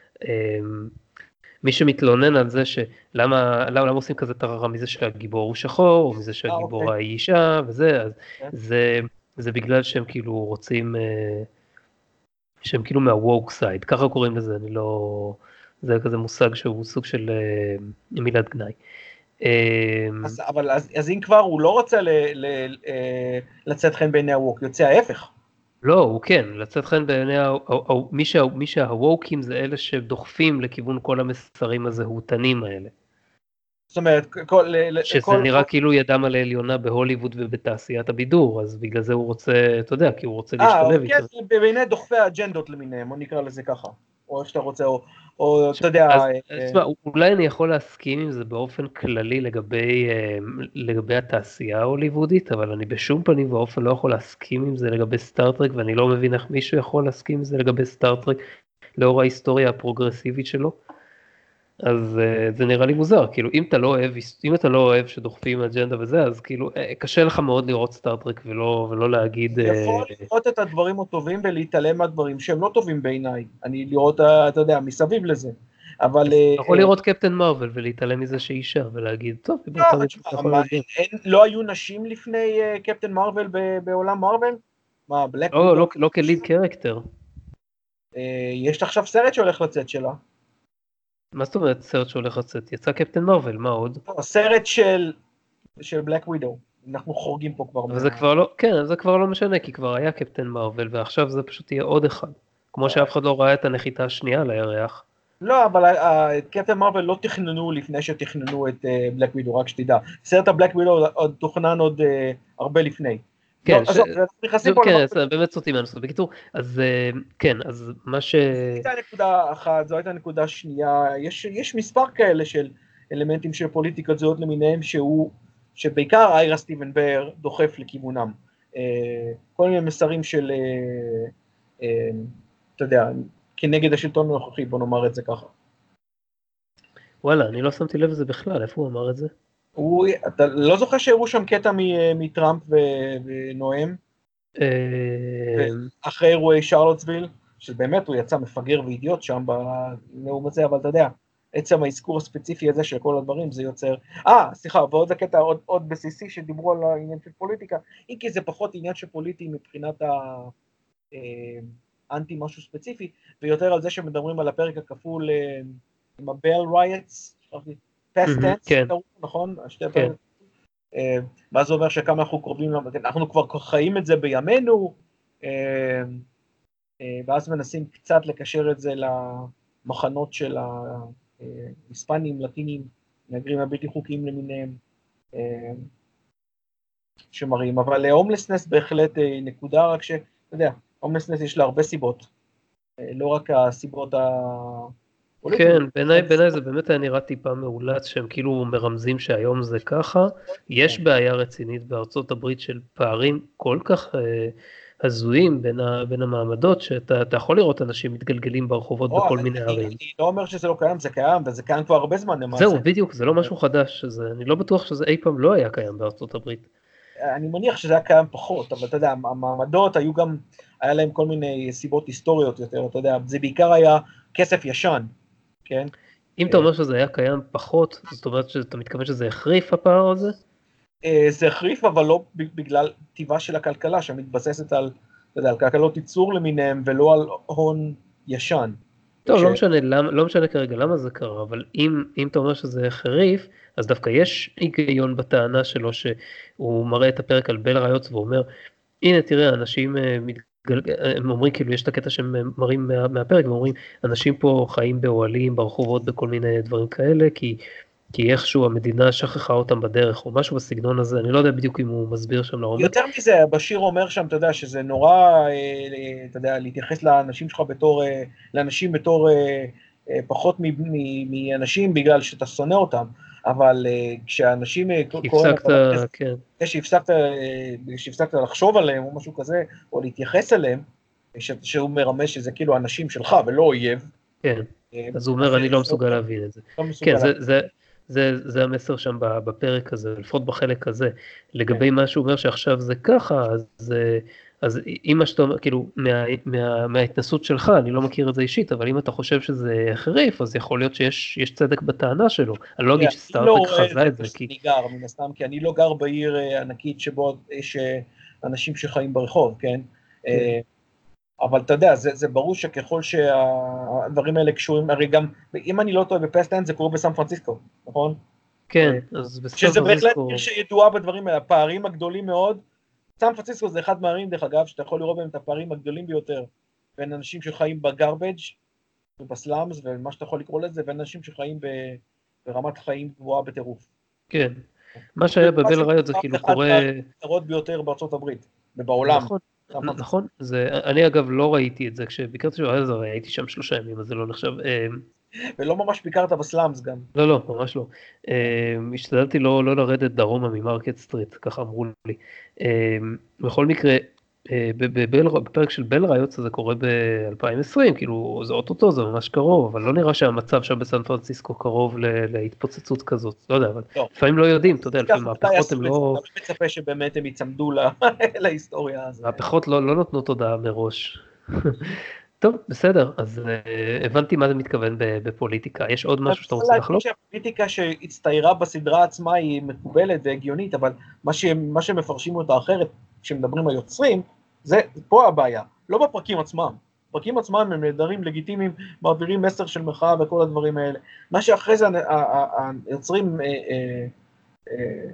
מי שמתלונן על זה שלמה למה עושים כזה טררה מזה שהגיבור הוא שחור, או מזה שהגיבור היא אישה, וזה, אז זה, זה בגלל שהם כאילו רוצים, שהם כאילו מה-woke side, ככה קוראים לזה, אני לא, זה כזה מושג שהוא סוג של מילת גנאי. אז, אבל אז, אז אם כבר הוא לא רוצה ל, ל, לצאת חן בעיני הווק, יוצא ההפך. לא, הוא כן, לצאת חן בעיני, מי, שה, מי שהווקים זה אלה שדוחפים לכיוון כל המסרים הזהותנים האלה. זאת אומרת, כל... שזה כל, נראה כל... כאילו ידם על העליונה בהוליווד ובתעשיית הבידור, אז בגלל זה הוא רוצה, אתה יודע, כי הוא רוצה להשתלב איתם. אה, כן, בעיני דוחפי האג'נדות למיניהם, או נקרא לזה ככה, או איך שאתה רוצה, או, או אתה יודע... אז, תשמע, אולי אני יכול להסכים עם זה באופן כללי לגבי, לגבי התעשייה ההוליוודית, אבל אני בשום פנים ואופן לא יכול להסכים עם זה לגבי סטארטרק, ואני לא מבין איך מישהו יכול להסכים עם זה לגבי סטארטרק, לאור ההיסטוריה הפרוגרסיבית שלו. אז uh, זה נראה לי מוזר, כאילו אם אתה לא אוהב, אם אתה לא אוהב שדוחפים אג'נדה וזה, אז כאילו uh, קשה לך מאוד לראות סטארטרק ולא, ולא להגיד... יכול uh, לראות את הדברים הטובים ולהתעלם מהדברים שהם לא טובים בעיניי, אני לראות, אתה יודע, מסביב לזה, אבל... אתה יכול לראות קפטן מרוויל ולהתעלם מזה שאישה ולהגיד, טוב, לא, לא היו נשים לפני קפטן מרוויל בעולם מרוויל? מה, בלק ווידו? לא, לא כליד קרקטר. יש עכשיו סרט שהולך לצאת שלה. מה זאת אומרת סרט שהולך לצאת? יצא קפטן מרוויל, מה עוד? סרט של של בלק ווידו, אנחנו חורגים פה כבר. אבל זה כבר לא, כן, זה כבר לא משנה, כי כבר היה קפטן מרוויל, ועכשיו זה פשוט יהיה עוד אחד. כמו שאף אחד לא ראה את הנחיתה השנייה על הירח. לא, אבל קפטן מרוויל לא תכננו לפני שתכננו את בלק ווידו, רק שתדע. סרט הבלק ווידו עוד תוכנן עוד הרבה לפני. כן, לא, עזוב, נכנסים פה כן, למרוויל. זה באמת סוטי מהנושא. בקיצור, אז כן, אז מה ש... זו הייתה נקודה אחת, זו הייתה נקודה שנייה, יש, יש מספר כאלה של אלמנטים של פוליטיקת זהות למיניהם, שהוא, שבעיקר איירה סטיבן בר דוחף לכיוונם. כל מיני מסרים של, אתה יודע, כנגד השלטון הנוכחי, בוא נאמר את זה ככה. וואלה, אני לא שמתי לב לזה בכלל, איפה הוא אמר את זה? הוא, אתה לא זוכר שהראו שם קטע מטראמפ ונואם? אחרי אירועי שרלוטסוויל, שבאמת הוא יצא מפגר ואידיוט שם בנאום הזה, אבל אתה יודע, עצם האזכור הספציפי הזה של כל הדברים, זה יוצר... אה, סליחה, ועוד זה קטע עוד, עוד בסיסי שדיברו על העניין של פוליטיקה, אם כי זה פחות עניין של פוליטי מבחינת האנטי משהו ספציפי, ויותר על זה שמדברים על הפרק הכפול עם הבל רייטס, פסט טנס, נכון? כן. מה זה אומר שכמה אנחנו קרובים, אנחנו כבר חיים את זה בימינו, ואז מנסים קצת לקשר את זה למחנות של ההיספנים, לטינים, מהגרים הבלתי חוקיים למיניהם, שמראים, אבל הומלסנס בהחלט נקודה, רק שאתה יודע, הומלסנס יש לה הרבה סיבות, לא רק הסיבות ה... כן, בעיניי, בעיניי זה באמת היה נראה טיפה מאולץ, שהם כאילו מרמזים שהיום זה ככה. יש בעיה רצינית בארצות הברית של פערים כל כך אה, הזויים בין, ה, בין המעמדות, שאתה יכול לראות אנשים מתגלגלים ברחובות או, בכל מיני ערים. אני לא אומר שזה לא קיים, זה קיים, וזה קיים כבר הרבה זמן למעשה. זהו, בדיוק, זה לא משהו חדש, זה, אני לא בטוח שזה אי פעם לא היה קיים בארצות הברית. אני מניח שזה היה קיים פחות, אבל אתה יודע, המעמדות היו גם, היה להם כל מיני סיבות היסטוריות יותר, אתה יודע, זה בעיקר היה כסף ישן. כן. אם אתה אומר שזה היה קיים פחות, זאת אומרת שאתה מתכוון שזה החריף הפער הזה? זה החריף, אבל לא בגלל טבעה של הכלכלה, שמתבססת על, אתה יודע, על כלכלות ייצור למיניהם, ולא על הון ישן. טוב, לא משנה, לא משנה כרגע למה זה קרה, אבל אם, אם אתה אומר שזה החריף, אז דווקא יש היגיון בטענה שלו, שהוא מראה את הפרק על בל ראיות, והוא אומר, הנה תראה, אנשים מתגלגלים, הם אומרים, כאילו, יש את הקטע שהם מראים מה, מהפרק, ואומרים, אנשים פה חיים באוהלים, ברחובות, בכל מיני דברים כאלה, כי, כי איכשהו המדינה שכחה אותם בדרך, או משהו בסגנון הזה, אני לא יודע בדיוק אם הוא מסביר שם לעומק. יותר מזה, בשיר אומר שם, אתה יודע, שזה נורא, אתה יודע, להתייחס לאנשים שלך בתור, לאנשים בתור פחות מאנשים, בגלל שאתה שונא אותם, אבל כשאנשים... הפסקת, כן. כשהפסקת לחשוב עליהם, או משהו כזה, או להתייחס אליהם, שהוא מרמז שזה כאילו אנשים שלך, ולא אויב. כן, אז הוא אומר, אני לא מסוגל להבין את זה. כן, זה המסר שם בפרק הזה, לפחות בחלק הזה. לגבי מה שהוא אומר שעכשיו זה ככה, אז אם מה שאתה אומר, כאילו, מההתנסות שלך, אני לא מכיר את זה אישית, אבל אם אתה חושב שזה החריף, אז יכול להיות שיש צדק בטענה שלו. אני לא אגיד שסטארטק חזה את זה. אני גר, מן הסתם, כי אני לא גר בעיר ענקית שבו יש אנשים שחיים ברחוב, כן? אבל אתה יודע, זה ברור שככל שהדברים האלה קשורים, הרי גם, אם אני לא טועה בפסט-טנס, זה קורה בסן פרנסיסקו, נכון? כן, אז בסן פרנסיסקו... שזה בהחלט עיר שידועה בדברים האלה, הפערים הגדולים מאוד, סן פרנסיסקו זה אחד מהערים, דרך אגב, שאתה יכול לראות בהם את הפערים הגדולים ביותר, בין אנשים שחיים בגרבג' ובסלאמס, ומה שאתה יכול לקרוא לזה, בין אנשים שחיים ברמת חיים גבוהה בטירוף. כן, מה שהיה בבל ראיות זה כאילו קורה... אחד מהקצרות ביותר בארצות הברית, ובעולם. נכון. נכון, זה, אני אגב לא ראיתי את זה, כשביקרתי שם, אז הייתי שם שלושה ימים, אז זה לא נחשב. ולא ממש ביקרת בסלאמס גם. לא, לא, ממש לא. השתדלתי לא, לא לרדת דרומה ממרקט סטריט, ככה אמרו לי. בכל מקרה, בפרק של בל ראיות זה קורה ב-אלפיים ועשרים, כאילו זה אוטוטו, זה ממש קרוב, אבל לא נראה שהמצב שם בסן פרנסיסקו קרוב להתפוצצות כזאת, לא יודע, אבל לפעמים לא יודעים, אתה יודע, לפעמים מהפכות הם לא... אני מצפה שבאמת הם יצמדו להיסטוריה הזאת. מהפכות לא נותנות הודעה מראש. טוב, בסדר, אז הבנתי מה זה מתכוון בפוליטיקה, יש עוד משהו שאתה רוצה לחלוק? הפוליטיקה שהצטיירה בסדרה עצמה היא מקובלת והגיונית, אבל מה שמפרשים אותה אחרת, כשמדברים על יוצרים, זה פה הבעיה, לא בפרקים עצמם. הפרקים עצמם הם נהדרים, לגיטימיים, מעבירים מסר של מחאה וכל הדברים האלה. מה שאחרי זה היוצרים,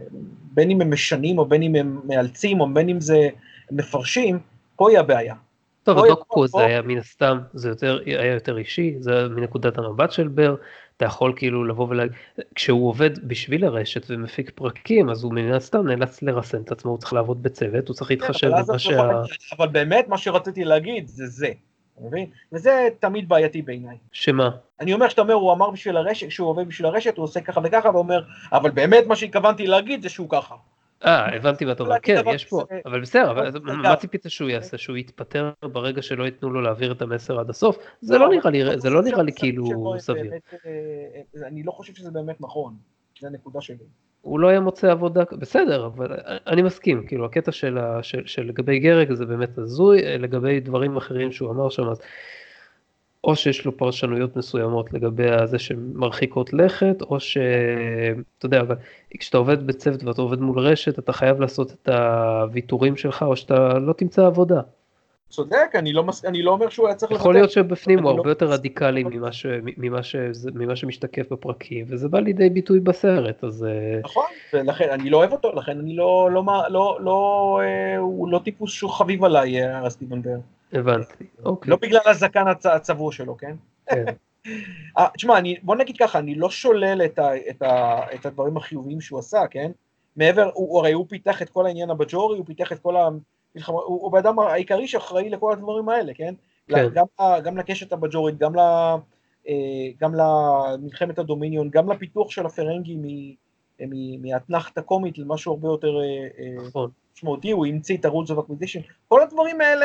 בין אם הם משנים או בין אם הם מאלצים או בין אם זה מפרשים, פה היא הבעיה. טוב, בוא- הדוקו בוא- זה היה מן הסתם, זה יותר, היה יותר אישי, זה מנקודת המבט של בר, אתה יכול כאילו לבוא ולהגיד, כשהוא עובד בשביל הרשת ומפיק פרקים, אז הוא מן הסתם נאלץ לרסן את עצמו, הוא צריך לעבוד בצוות, הוא צריך להתחשב אבל אז במה את שה... יכולה- אבל באמת מה שרציתי להגיד זה זה, אתה מבין? וזה תמיד בעייתי בעיניי. שמה? אני אומר שאתה אומר, הוא אמר בשביל הרשת, כשהוא עובד בשביל הרשת, הוא עושה ככה וככה, ואומר, אבל באמת מה שהתכוונתי להגיד זה שהוא ככה. אה, הבנתי מה אתה אומר, להגיד כן, דבר יש פה, כזה, אבל בסדר, דבר אבל כזה מה גם. ציפית שהוא יעשה, שהוא יתפטר ברגע שלא ייתנו לו להעביר את המסר עד הסוף? זה לא, לא אבל נראה אני לי, זה לא חושב נראה לי שהמסרים שלו כאילו הם סביר. באמת, אה, אני לא חושב שזה באמת נכון, זו הנקודה שלי. הוא לא היה מוצא עבודה, בסדר, אבל אני מסכים, כאילו הקטע של, ה, של, של לגבי גרג זה באמת הזוי, לגבי דברים אחרים שהוא אמר שם, אז או שיש לו פרשנויות מסוימות לגבי זה שמרחיקות לכת, או ש... אתה יודע, אבל כשאתה עובד בצוות ואתה עובד מול רשת, אתה חייב לעשות את הוויתורים שלך, או שאתה לא תמצא עבודה. צודק, אני לא, מס... אני לא אומר שהוא היה צריך יכול לוותר. להיות שבפנים הוא אני לא- הרבה יותר רדיקלי ממה, ש... ממה, ש... ממה שמשתקף בפרקים, וזה בא לידי ביטוי בסרט, אז... נכון, ולכן אני לא אוהב אותו, לכן אני לא, לא, לא, לא, לא אה, הוא לא טיפוס שהוא חביב עליי, אה, סטיבן בר. הבנתי, אוקיי. לא בגלל הזקן הצ... הצבוע שלו, כן? כן. אה, תשמע, אני, בוא נגיד ככה, אני לא שולל את, ה, את, ה, את הדברים החיוביים שהוא עשה, כן? מעבר, הוא, הרי הוא פיתח את כל העניין הבג'ורי, הוא פיתח את כל המלחמה, הוא, הוא באדם העיקרי שאחראי לכל הדברים האלה, כן? כן. גם, גם לקשת הבג'ורית, גם, ל, גם למלחמת הדומיניון, גם לפיתוח של הפרנגי מ, מהתנחת קומית למשהו הרבה יותר נכון. משמעותי, הוא המציא את ה-Rules of Acquisition, כל הדברים האלה,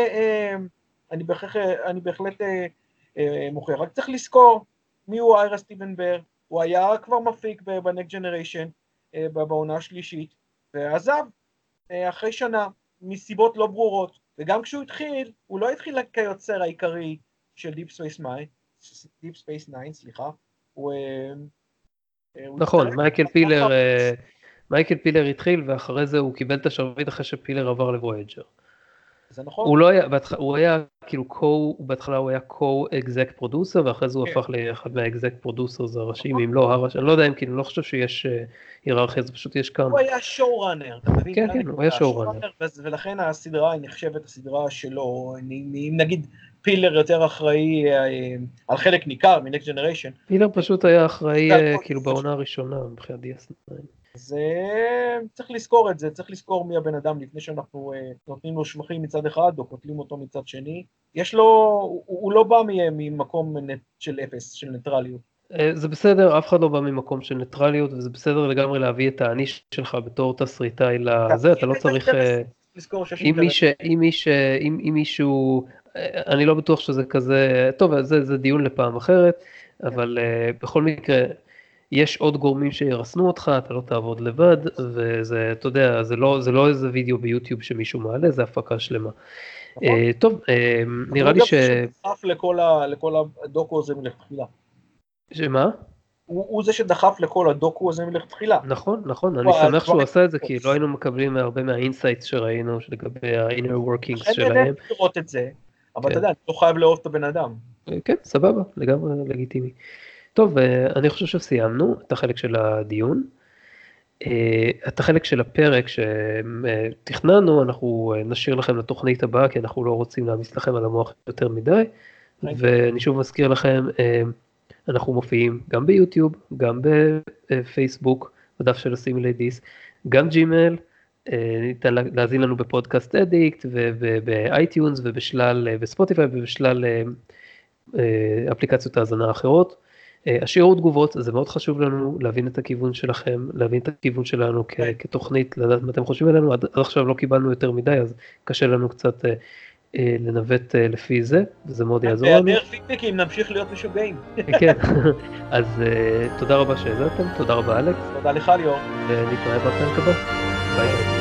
אני בהחלט, אני בהחלט מוכר, רק צריך לזכור מי הוא איירה סטיבן בר, הוא היה כבר מפיק ב-Next Generation, בעונה השלישית, ועזב אחרי שנה, מסיבות לא ברורות, וגם כשהוא התחיל, הוא לא התחיל כיוצר העיקרי של Deep Space Nine, Deep Space Nine, סליחה, הוא... נכון, מייקל פילר, מייקל פילר התחיל, ואחרי זה הוא קיבל את השרביט אחרי שפילר עבר לווייג'ר. זה נכון. הוא לא היה, הוא היה כאילו co, בהתחלה הוא היה co-exec producer, ואחרי זה הוא הפך לאחד מה-exec producers הראשיים, אם לא הראשי, אני לא יודע אם כאילו, לא חושב שיש היררכיה, זה פשוט יש כמה. הוא היה showrunner, אתה מבין? כן, כן, הוא היה showrunner. ולכן הסדרה היא נחשבת הסדרה שלו, אם נגיד פילר יותר אחראי על חלק ניכר מ-Next Generation. פילר פשוט היה אחראי כאילו בעונה הראשונה, מבחינת די אס ניין. זה צריך לזכור את זה, צריך לזכור מי הבן אדם לפני שאנחנו נותנים לו שמחים מצד אחד או קוטלים אותו מצד שני. יש לו, הוא, הוא לא בא ממקום של אפס, של ניטרליות. זה בסדר, אף אחד לא בא ממקום של ניטרליות, וזה בסדר לגמרי להביא את האניש שלך בתור תסריטאי לזה, אתה לא צריך... אם מישהו, אני לא בטוח שזה כזה, טוב, זה דיון לפעם אחרת, אבל בכל מקרה, יש עוד גורמים שירסנו אותך, אתה לא תעבוד לבד, וזה, אתה יודע, זה לא, זה לא איזה וידאו ביוטיוב שמישהו מעלה, זה הפקה שלמה. טוב, נראה לי ש... הוא גם שדחף לכל הדוקו הזה מלכתחילה. שמה? הוא זה שדחף לכל הדוקו הזה מלכתחילה. נכון, נכון, אני שמח שהוא עשה את זה, כי לא היינו מקבלים הרבה מהאינסייטס שראינו, לגבי ה-inner workings שלהם. אני נהנה לראות את זה, אבל אתה יודע, אני לא חייב לאהוב את הבן אדם. כן, סבבה, לגמרי לגיטימי. טוב, אני חושב שסיימנו את החלק של הדיון. את החלק של הפרק שתכננו, אנחנו נשאיר לכם לתוכנית הבאה, כי אנחנו לא רוצים להעמיס לכם על המוח יותר מדי, ואני שוב מזכיר לכם, אנחנו מופיעים גם ביוטיוב, גם בפייסבוק, בדף של הסימיליידיס, גם ג'ימייל, ניתן להזין לנו בפודקאסט אדיקט, ובאייטיונס, ובשלל, בספוטיפיי, ובשלל אפליקציות ההזנה האחרות. השאירו תגובות, זה מאוד חשוב לנו להבין את הכיוון שלכם, להבין את הכיוון שלנו כתוכנית, לדעת מה אתם חושבים עלינו, עד עכשיו לא קיבלנו יותר מדי, אז קשה לנו קצת לנווט לפי זה, וזה מאוד יעזור לנו. בהיעדר פידבקים נמשיך להיות משוגעים. כן, אז תודה רבה שהזרתם, תודה רבה אלכס. תודה לך ליאור. ונתראה בפרק הבא. ביי ביי.